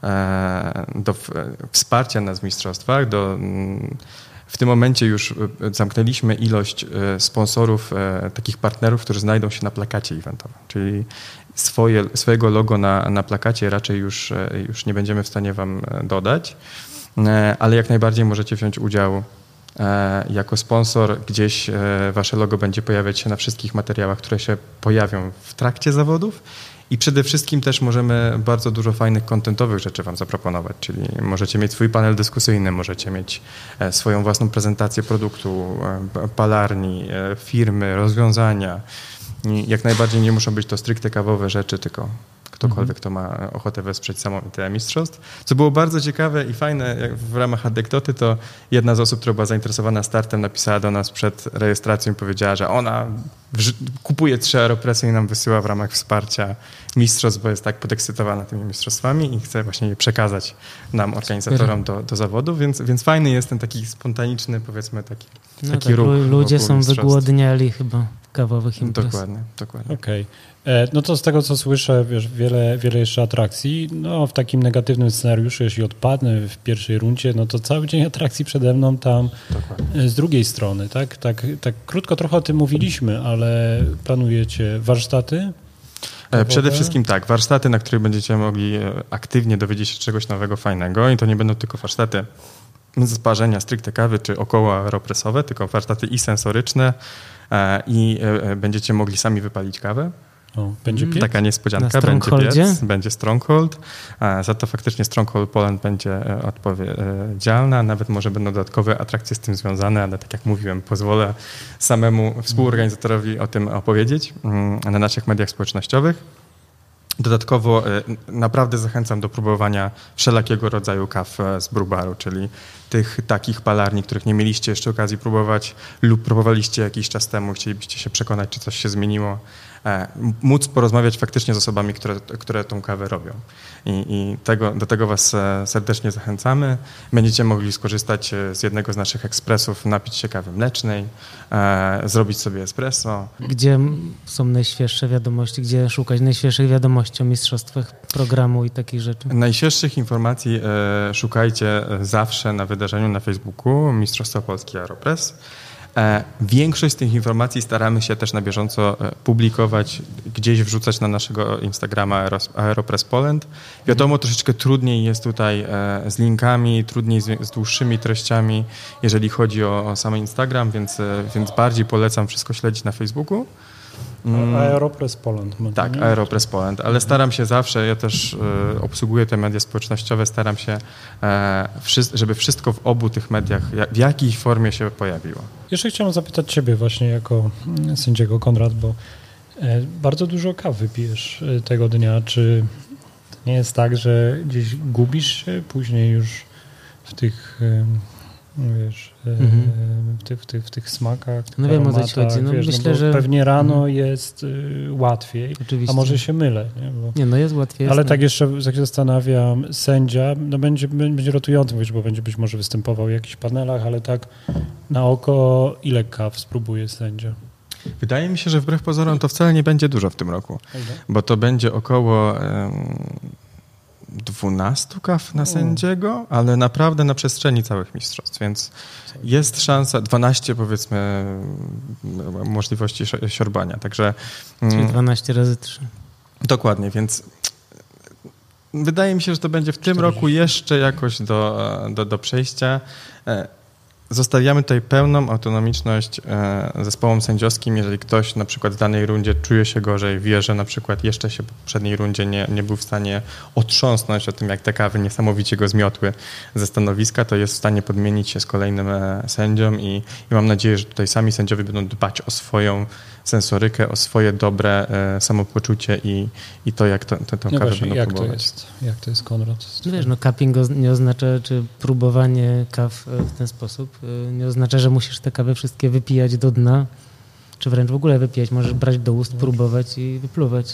wsparcia nas w mistrzostwach, w tym momencie już zamknęliśmy ilość sponsorów, takich partnerów, którzy znajdą się na plakacie eventowym, czyli swojego logo na plakacie raczej już nie będziemy w stanie wam dodać, ale jak najbardziej możecie wziąć udział jako sponsor. Gdzieś wasze logo będzie pojawiać się na wszystkich materiałach, które się pojawią w trakcie zawodów. I przede wszystkim też możemy bardzo dużo fajnych kontentowych rzeczy wam zaproponować, czyli możecie mieć swój panel dyskusyjny, możecie mieć swoją własną prezentację produktu, palarni, firmy, rozwiązania. I jak najbardziej nie muszą być to stricte kawowe rzeczy, tylko ktokolwiek, kto ma ochotę wesprzeć samą ideę mistrzostw. Co było bardzo ciekawe i fajne w ramach anegdoty, to jedna z osób, która była zainteresowana startem, napisała do nas przed rejestracją i powiedziała, że ona kupuje 3 Aeropressy i nam wysyła w ramach wsparcia mistrzostw, bo jest tak podekscytowana tymi mistrzostwami i chce właśnie je przekazać nam, organizatorom do zawodu, więc fajny jest ten taki spontaniczny, powiedzmy, taki ruch. Ludzie są wygłodniali chyba kawowych imprez. Dokładnie. Okej. No to z tego, co słyszę, wiesz, wiele jeszcze atrakcji. No w takim negatywnym scenariuszu, jeśli odpadnę w pierwszej rundzie, no to cały dzień atrakcji przede mną tam z drugiej strony, tak? Tak krótko trochę o tym mówiliśmy, ale planujecie warsztaty? Przede wszystkim tak, warsztaty, na których będziecie mogli aktywnie dowiedzieć się czegoś nowego, fajnego i to nie będą tylko warsztaty z parzenia stricte kawy czy około aeropresowe, tylko warsztaty i sensoryczne i będziecie mogli sami wypalić kawę. Będzie piec? Taka niespodzianka, będzie piec, będzie Stronghold. Za to faktycznie Stronghold Poland będzie odpowiedzialna, nawet może będą dodatkowe atrakcje z tym związane, ale tak jak mówiłem, pozwolę samemu współorganizatorowi o tym opowiedzieć na naszych mediach społecznościowych. Dodatkowo naprawdę zachęcam do próbowania wszelakiego rodzaju kaw z brewbaru, czyli tych takich palarni, których nie mieliście jeszcze okazji próbować lub próbowaliście jakiś czas temu, chcielibyście się przekonać, czy coś się zmieniło, móc porozmawiać faktycznie z osobami, które tą kawę robią. I do tego was serdecznie zachęcamy. Będziecie mogli skorzystać z jednego z naszych ekspresów, napić się kawy mlecznej, zrobić sobie espresso. Gdzie są najświeższe wiadomości, gdzie szukać najświeższych wiadomości o mistrzostwach programu i takich rzeczy? Najświeższych informacji szukajcie zawsze na wydarzeniu na Facebooku Mistrzostwa Polski Aeropress. Większość z tych informacji staramy się też na bieżąco publikować, gdzieś wrzucać na naszego Instagrama Aeropress Poland. Wiadomo, troszeczkę trudniej jest tutaj z linkami, trudniej z dłuższymi treściami, jeżeli chodzi o sam Instagram, więc bardziej polecam wszystko śledzić na Facebooku. Aeropress Poland. Tak, Aeropress Poland, ale staram się zawsze, ja też obsługuję te media społecznościowe, staram się, żeby wszystko w obu tych mediach w jakiejś formie się pojawiło. Jeszcze chciałem zapytać ciebie właśnie jako sędziego, Konrad, bo bardzo dużo kawy pijesz tego dnia. Czy to nie jest tak, że gdzieś gubisz się później już w tych... Wiesz, w tych smakach, no wiem, o co ci chodzi. No, wiesz, myślę, że pewnie rano jest łatwiej, oczywiście. A może się mylę. Nie, jest łatwiej. Ale tak jeszcze, jak się zastanawiam, sędzia będzie rotującym, bo będzie być może występował w jakichś panelach, ale tak na oko ile kaw spróbuje sędzia? Wydaje mi się, że wbrew pozorom to wcale nie będzie dużo w tym roku, bo to będzie około 12 kaw na sędziego, ale naprawdę na przestrzeni całych mistrzostw, więc jest szansa, 12 powiedzmy możliwości siorbania, także... Czyli 12 razy 3. Dokładnie, więc wydaje mi się, że to będzie w tym roku jeszcze jakoś do przejścia. Zostawiamy tutaj pełną autonomiczność zespołom sędziowskim, jeżeli ktoś na przykład w danej rundzie czuje się gorzej, wie, że na przykład jeszcze się w poprzedniej rundzie nie był w stanie otrząsnąć o tym, jak te kawy niesamowicie go zmiotły ze stanowiska, to jest w stanie podmienić się z kolejnym sędzią i mam nadzieję, że tutaj sami sędziowie będą dbać o swoją sensorykę, o swoje dobre samopoczucie i to, jak tę kawę będą próbować. Jak to jest, Konrad? Wiesz, cupping nie oznacza, czy próbowanie kaw w ten sposób nie oznacza, że musisz te kawy wszystkie wypijać do dna, czy wręcz w ogóle wypijać. Możesz brać do ust, próbować i wypluwać.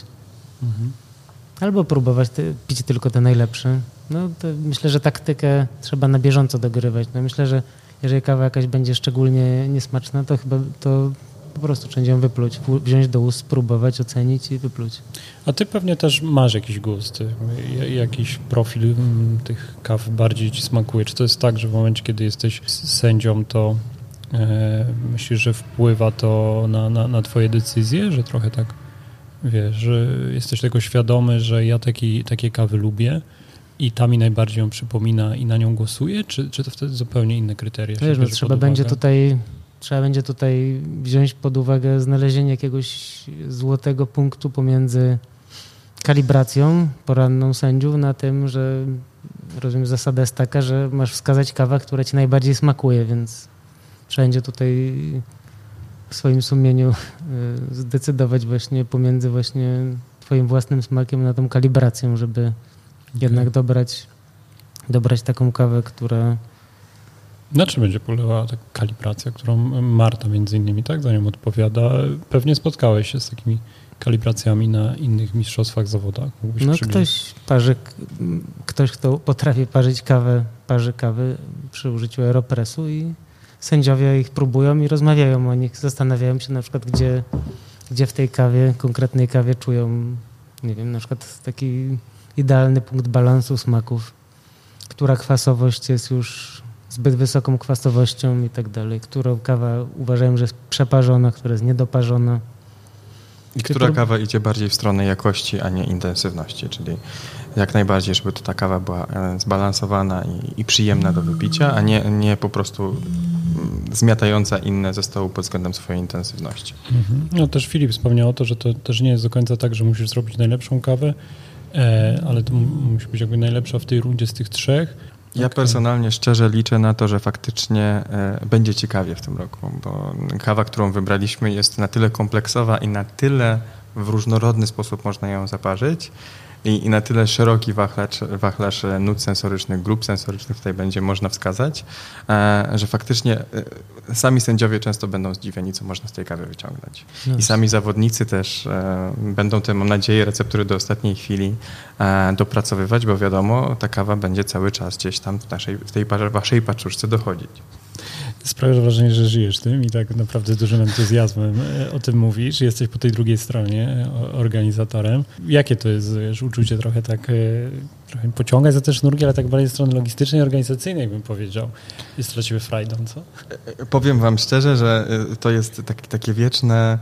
Albo próbować pić tylko te najlepsze. No to myślę, że taktykę trzeba na bieżąco dogrywać. No myślę, że jeżeli kawa jakaś będzie szczególnie niesmaczna, to chyba to po prostu trzeba ją wypluć, wziąć do ust, spróbować, ocenić i wypluć. A ty pewnie też masz jakiś gust, jakiś profil tych kaw bardziej ci smakuje. Czy to jest tak, że w momencie, kiedy jesteś sędzią, to myślisz, że wpływa to na twoje decyzje, że trochę tak, wiesz, że jesteś tego świadomy, że ja takie kawy lubię i ta mi najbardziej ją przypomina i na nią głosuję, czy to wtedy zupełnie inne kryteria? Wiesz, trzeba będzie tutaj wziąć pod uwagę znalezienie jakiegoś złotego punktu pomiędzy kalibracją poranną sędziów na tym, że rozumiem, zasada jest taka, że masz wskazać kawę, która ci najbardziej smakuje, więc trzeba będzie tutaj w swoim sumieniu zdecydować właśnie pomiędzy właśnie twoim własnym smakiem na tą kalibracją, żeby jednak dobrać taką kawę, która... Na czym będzie polegała ta kalibracja, którą Marta między innymi tak za nią odpowiada? Pewnie spotkałeś się z takimi kalibracjami na innych mistrzostwach zawodach. Ktoś, kto potrafi parzy kawy przy użyciu Aeropressu i sędziowie ich próbują i rozmawiają o nich, zastanawiają się na przykład, gdzie w tej kawie, konkretnej kawie czują, nie wiem, na przykład taki idealny punkt balansu smaków, która kwasowość jest już zbyt wysoką kwasowością i tak dalej, którą kawa uważają, że jest przeparzona, która jest niedoparzona. I która kawa idzie bardziej w stronę jakości, a nie intensywności, czyli jak najbardziej, żeby to ta kawa była zbalansowana i przyjemna do wypicia, a nie po prostu zmiatająca inne ze stołu pod względem swojej intensywności. No też Filip wspomniał o to, że to też nie jest do końca tak, że musisz zrobić najlepszą kawę, ale to musi być jakby najlepsza w tej rundzie z tych trzech. Ja personalnie szczerze liczę na to, że faktycznie będzie ciekawie w tym roku, bo kawa, którą wybraliśmy, jest na tyle kompleksowa i na tyle w różnorodny sposób można ją zaparzyć i na tyle szeroki wachlarz nut sensorycznych, grup sensorycznych tutaj będzie można wskazać, że faktycznie sami sędziowie często będą zdziwieni, co można z tej kawy wyciągnąć. I sami zawodnicy też będą te, mam nadzieję, receptury do ostatniej chwili dopracowywać, bo wiadomo, ta kawa będzie cały czas gdzieś tam w tej waszej paczuszce dochodzić. Sprawia wrażenie, że żyjesz tym i tak naprawdę dużym entuzjazmem o tym mówisz. Jesteś po tej drugiej stronie organizatorem. Jakie to jest, wiesz, uczucie trochę pociągać za te sznurki, ale tak bardziej strony logistycznej i organizacyjnej, bym powiedział. Jest to dla ciebie frajdą, co? Powiem wam szczerze, że to jest takie wieczna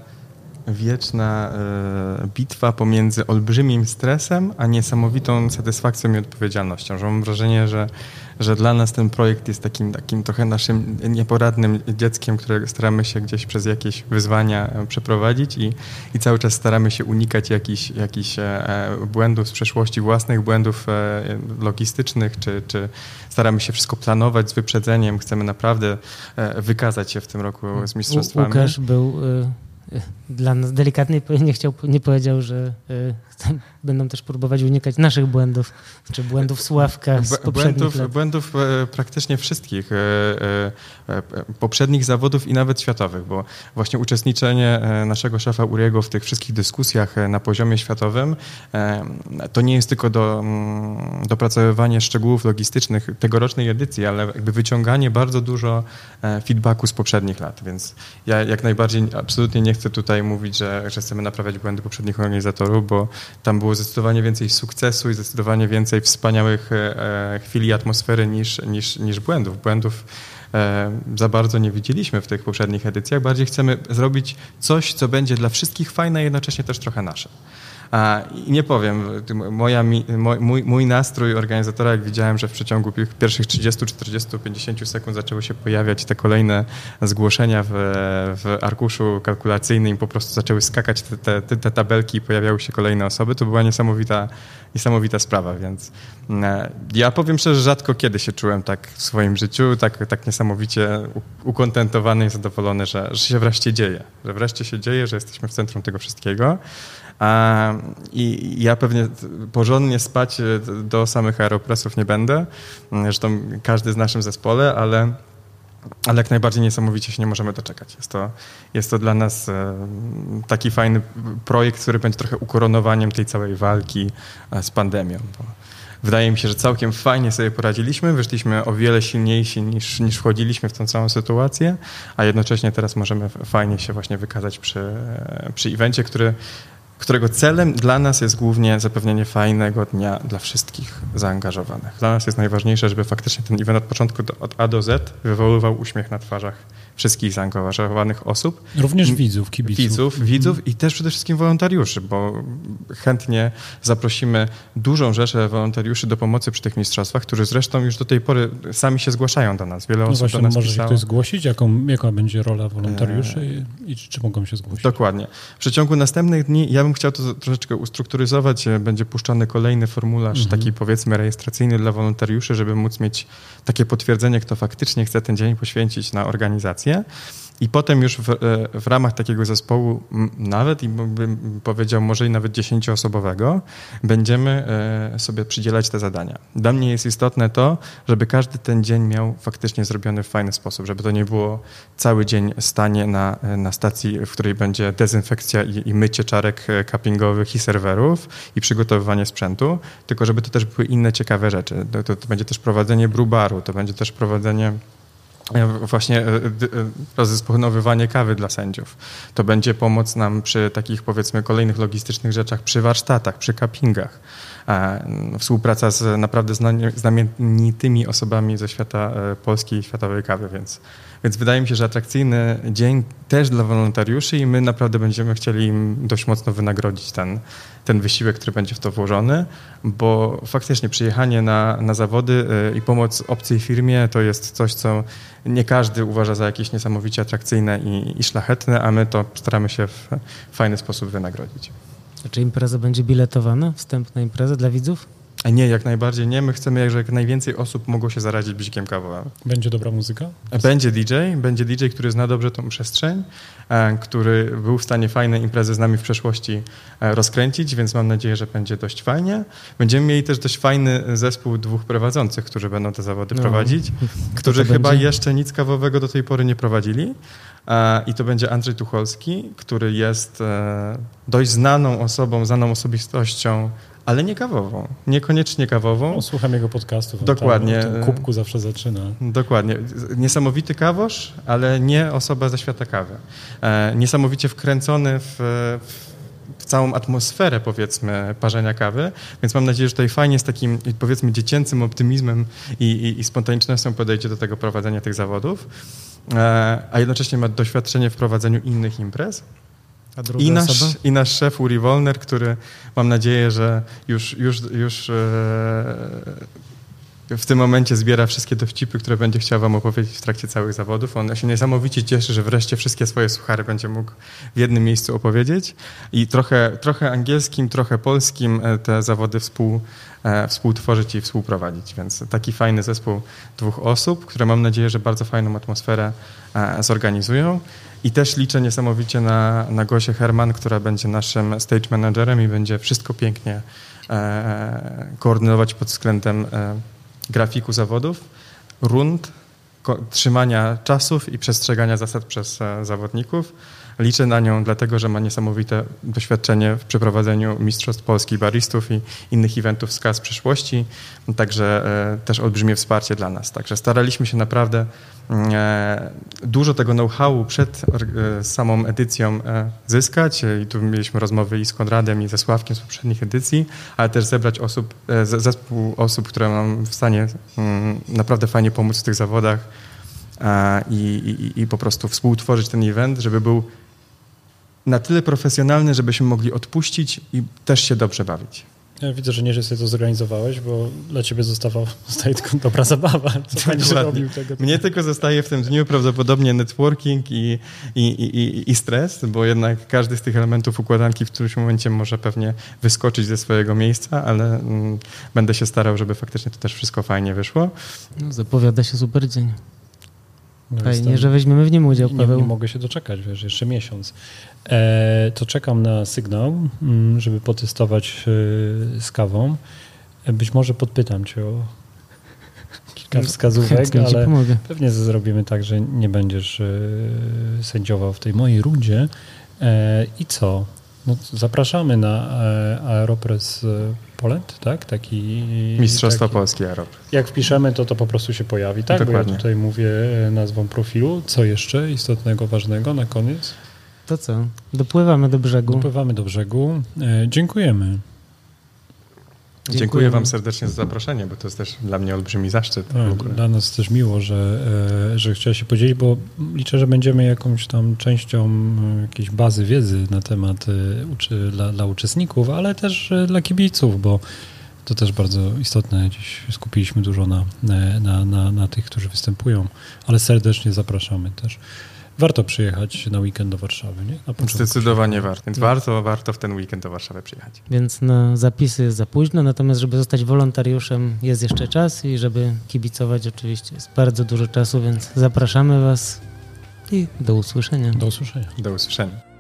bitwa pomiędzy olbrzymim stresem, a niesamowitą satysfakcją i odpowiedzialnością. Że mam wrażenie, że dla nas ten projekt jest takim trochę naszym nieporadnym dzieckiem, które staramy się gdzieś przez jakieś wyzwania przeprowadzić i cały czas staramy się unikać jakichś błędów z przeszłości, własnych błędów logistycznych, czy staramy się wszystko planować z wyprzedzeniem. Chcemy naprawdę wykazać się w tym roku z mistrzostwami. Łukasz był dla nas delikatnie nie powiedział, że będą też próbować unikać naszych błędów, czy błędów Sławka z poprzednich lat. Błędów praktycznie wszystkich poprzednich zawodów i nawet światowych, bo właśnie uczestniczenie naszego szefa Uriego w tych wszystkich dyskusjach na poziomie światowym to nie jest tylko dopracowywanie szczegółów logistycznych tegorocznej edycji, ale jakby wyciąganie bardzo dużo feedbacku z poprzednich lat, więc ja jak najbardziej absolutnie nie chcę tutaj mówić, że chcemy naprawiać błędy poprzednich organizatorów, bo tam było zdecydowanie więcej sukcesu i zdecydowanie więcej wspaniałych chwili i atmosfery niż błędów. Błędów za bardzo nie widzieliśmy w tych poprzednich edycjach. Bardziej chcemy zrobić coś, co będzie dla wszystkich fajne, a jednocześnie też trochę nasze. I nie powiem, mój nastrój organizatora, jak widziałem, że w przeciągu pierwszych 30, 40, 50 sekund zaczęły się pojawiać te kolejne zgłoszenia w arkuszu kalkulacyjnym, po prostu zaczęły skakać te tabelki i pojawiały się kolejne osoby, to była niesamowita sprawa, więc ja powiem szczerze, rzadko kiedy się czułem tak w swoim życiu, tak niesamowicie ukontentowany i zadowolony, że się wreszcie dzieje, że jesteśmy w centrum tego wszystkiego. I ja pewnie porządnie spać do samych Aeropressów nie będę, zresztą każdy z naszym zespole, ale jak najbardziej niesamowicie się nie możemy doczekać. Jest to dla nas taki fajny projekt, który będzie trochę ukoronowaniem tej całej walki z pandemią. Bo wydaje mi się, że całkiem fajnie sobie poradziliśmy, wyszliśmy o wiele silniejsi niż wchodziliśmy w tę całą sytuację, a jednocześnie teraz możemy fajnie się właśnie wykazać przy evencie, którego celem dla nas jest głównie zapewnienie fajnego dnia dla wszystkich zaangażowanych. Dla nas jest najważniejsze, żeby faktycznie ten event od początku od A do Z wywoływał uśmiech na twarzach wszystkich zaangażowanych osób. Również widzów, kibiców. Widzów i też przede wszystkim wolontariuszy, bo chętnie zaprosimy dużą rzeszę wolontariuszy do pomocy przy tych mistrzostwach, którzy zresztą już do tej pory sami się zgłaszają do nas. Wiele osób właśnie, do nas może pisało. się ktoś zgłosić? Jaka będzie rola wolontariuszy i czy mogą się zgłosić? Dokładnie. W przeciągu następnych dni ja bym chciał to troszeczkę ustrukturyzować. Będzie puszczany kolejny formularz, taki powiedzmy rejestracyjny dla wolontariuszy, żeby móc mieć takie potwierdzenie, kto faktycznie chce ten dzień poświęcić na organizację. I potem już w ramach takiego zespołu nawet, i bym powiedział może i nawet 10-osobowego, będziemy sobie przydzielać te zadania. Dla mnie jest istotne to, żeby każdy ten dzień miał faktycznie zrobiony w fajny sposób, żeby to nie było cały dzień stanie na stacji, w której będzie dezynfekcja i mycie czarek cuppingowych i serwerów i przygotowywanie sprzętu, tylko żeby to też były inne ciekawe rzeczy. To będzie też prowadzenie brewbaru, to będzie też prowadzenie właśnie rozdysponowywanie kawy dla sędziów. To będzie pomoc nam przy takich powiedzmy kolejnych logistycznych rzeczach, przy warsztatach, przy cuppingach. Współpraca z naprawdę znamienitymi osobami ze świata polskiej i światowej kawy, więc wydaje mi się, że atrakcyjny dzień też dla wolontariuszy i my naprawdę będziemy chcieli im dość mocno wynagrodzić ten wysiłek, który będzie w to włożony, bo faktycznie przyjechanie na zawody i pomoc obcej firmie to jest coś, co nie każdy uważa za jakieś niesamowicie atrakcyjne i szlachetne, a my to staramy się w fajny sposób wynagrodzić. A czy impreza będzie biletowana? Wstęp na imprezę dla widzów? Nie, jak najbardziej nie. My chcemy, że jak najwięcej osób mogło się zarazić bzikiem kawowym. Będzie dobra muzyka? Będzie DJ, który zna dobrze tą przestrzeń, który był w stanie fajne imprezy z nami w przeszłości rozkręcić, więc mam nadzieję, że będzie dość fajnie. Będziemy mieli też dość fajny zespół 2 prowadzących, którzy będą te zawody prowadzić, którzy chyba jeszcze nic kawowego do tej pory nie prowadzili. I to będzie Andrzej Tucholski, który jest dość znaną osobą, znaną osobistością, ale nie kawową, niekoniecznie kawową. Słucham jego podcastów. Dokładnie. Tam, o kubku zawsze zaczyna. Dokładnie. Niesamowity kawosz, ale nie osoba ze świata kawy. Niesamowicie wkręcony w całą atmosferę, powiedzmy, parzenia kawy, więc mam nadzieję, że tutaj fajnie z takim, powiedzmy, dziecięcym optymizmem i spontanicznością podejdzie do tego prowadzenia tych zawodów, a jednocześnie ma doświadczenie w prowadzeniu innych imprez. I nasz szef Uri Wolner, który mam nadzieję, że już w tym momencie zbiera wszystkie dowcipy, które będzie chciał wam opowiedzieć w trakcie całych zawodów. On się niesamowicie cieszy, że wreszcie wszystkie swoje suchary będzie mógł w jednym miejscu opowiedzieć i trochę angielskim, trochę polskim te zawody współtworzyć i współprowadzić. Więc taki fajny zespół 2 osób, które mam nadzieję, że bardzo fajną atmosferę zorganizują. I też liczę niesamowicie na Gosię Herman, która będzie naszym stage managerem i będzie wszystko pięknie koordynować pod względem grafiku zawodów, rund, trzymania czasów i przestrzegania zasad przez zawodników. Liczę na nią dlatego, że ma niesamowite doświadczenie w przeprowadzeniu Mistrzostw Polski Baristów i innych eventów z KAS przeszłości, także też olbrzymie wsparcie dla nas. Także staraliśmy się naprawdę dużo tego know-howu przed samą edycją zyskać i tu mieliśmy rozmowy i z Konradem, i ze Sławkiem z poprzednich edycji, ale też zebrać zespół osób, które nam w stanie naprawdę fajnie pomóc w tych zawodach i po prostu współtworzyć ten event, żeby był na tyle profesjonalny, żebyśmy mogli odpuścić i też się dobrze bawić. Ja widzę, że nie, że sobie to zorganizowałeś, bo dla ciebie zostaje tylko dobra zabawa. Co będziesz robił tego? Mnie tylko zostaje w tym dniu prawdopodobnie networking i stres, bo jednak każdy z tych elementów układanki w którymś momencie może pewnie wyskoczyć ze swojego miejsca, ale będę się starał, żeby faktycznie to też wszystko fajnie wyszło. No, zapowiada się super dzień. Fajnie, że weźmiemy w nim udział, Paweł. Nie mogę się doczekać, wiesz, jeszcze miesiąc. To czekam na sygnał, żeby potestować z kawą. Być może podpytam cię o kilka wskazówek, ale pewnie zrobimy tak, że nie będziesz sędziował w tej mojej rundzie. I co? No, zapraszamy na Aeropress Poland, tak? Mistrzostwa Polski Aeropress. Jak wpiszemy, to po prostu się pojawi, tak? Dokładnie. Bo ja tutaj mówię nazwą profilu. Co jeszcze istotnego, ważnego na koniec? To co? Dopływamy do brzegu. Dziękujemy. Dziękuję wam serdecznie za zaproszenie, bo to jest też dla mnie olbrzymi zaszczyt. Dla nas też miło, że chciałeś się podzielić, bo liczę, że będziemy jakąś tam częścią jakiejś bazy wiedzy na temat dla uczestników, ale też dla kibiców, bo to też bardzo istotne. Dziś skupiliśmy dużo na tych, którzy występują, ale serdecznie zapraszamy też. Warto przyjechać na weekend do Warszawy, nie? Zdecydowanie warto. Więc warto w ten weekend do Warszawy przyjechać. Więc na zapisy jest za późno, natomiast żeby zostać wolontariuszem jest jeszcze czas i żeby kibicować oczywiście jest bardzo dużo czasu, więc zapraszamy was i do usłyszenia. Do usłyszenia.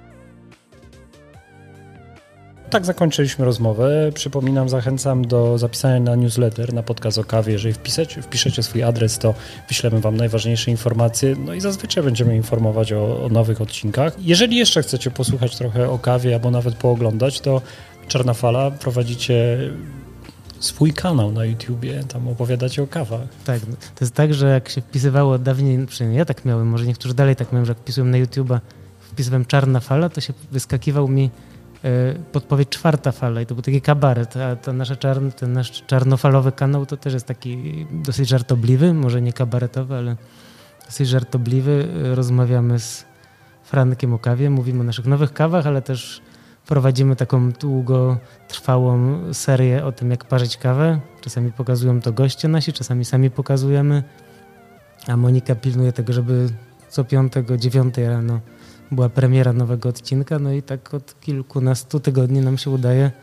Tak zakończyliśmy rozmowę. Przypominam, zachęcam do zapisania na newsletter, na podcast o kawie. Jeżeli wpiszecie swój adres, to wyślemy wam najważniejsze informacje. No i zazwyczaj będziemy informować o nowych odcinkach. Jeżeli jeszcze chcecie posłuchać trochę o kawie albo nawet pooglądać, to Czarna Fala prowadzicie swój kanał na YouTubie, tam opowiadacie o kawach. Tak, to jest tak, że jak się wpisywało dawniej, przynajmniej ja tak miałem, może niektórzy dalej tak mają, że jak wpisuję na YouTube'a, wpisywałem Czarna Fala, to się wyskakiwał mi podpowiedź Czwarta Fala i to był taki kabaret, a ten nasz czarnofalowy kanał to też jest taki dosyć żartobliwy, może nie kabaretowy, ale dosyć żartobliwy. Rozmawiamy z Frankiem o kawie, mówimy o naszych nowych kawach, ale też prowadzimy taką długotrwałą serię o tym, jak parzyć kawę. Czasami pokazują to goście nasi, czasami sami pokazujemy, a Monika pilnuje tego, żeby co 5-9 rano była premiera nowego odcinka, no i tak od kilkunastu tygodni nam się udaje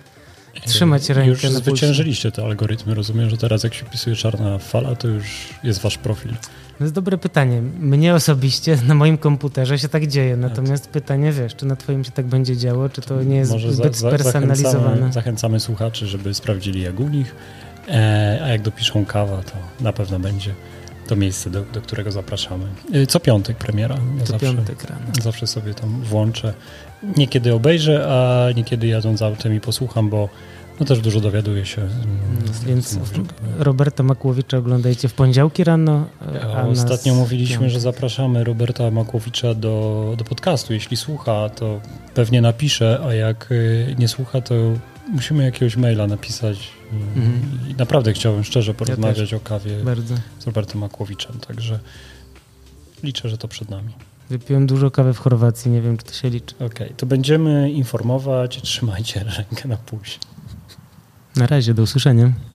trzymać rękę już na zwyciężyliście te algorytmy. Rozumiem, że teraz jak się wpisuje czarna fala, to już jest wasz profil. To jest dobre pytanie. Mnie osobiście na moim komputerze się tak dzieje. Natomiast pytanie, wiesz, czy na twoim się tak będzie działo, czy to nie jest zbyt spersonalizowane. Zachęcamy słuchaczy, żeby sprawdzili jak u nich, a jak dopiszą kawa, to na pewno będzie to miejsce, do którego zapraszamy. Co piątek premiera. Piątek rano. Zawsze sobie tam włączę. Niekiedy obejrzę, a niekiedy jadąc autem i posłucham, bo też dużo dowiaduję się. Więc Roberta Makłowicza oglądajcie w poniedziałki rano. Ostatnio mówiliśmy, że zapraszamy Roberta Makłowicza do podcastu. Jeśli słucha, to pewnie napisze, a jak nie słucha, to musimy jakiegoś maila napisać. I naprawdę chciałbym szczerze porozmawiać o kawie z Robertem Makłowiczem. Także liczę, że to przed nami. Wypiłem dużo kawy w Chorwacji, nie wiem, czy to się liczy. Okej, to będziemy informować. Trzymajcie rękę na pulsie. Na razie, do usłyszenia.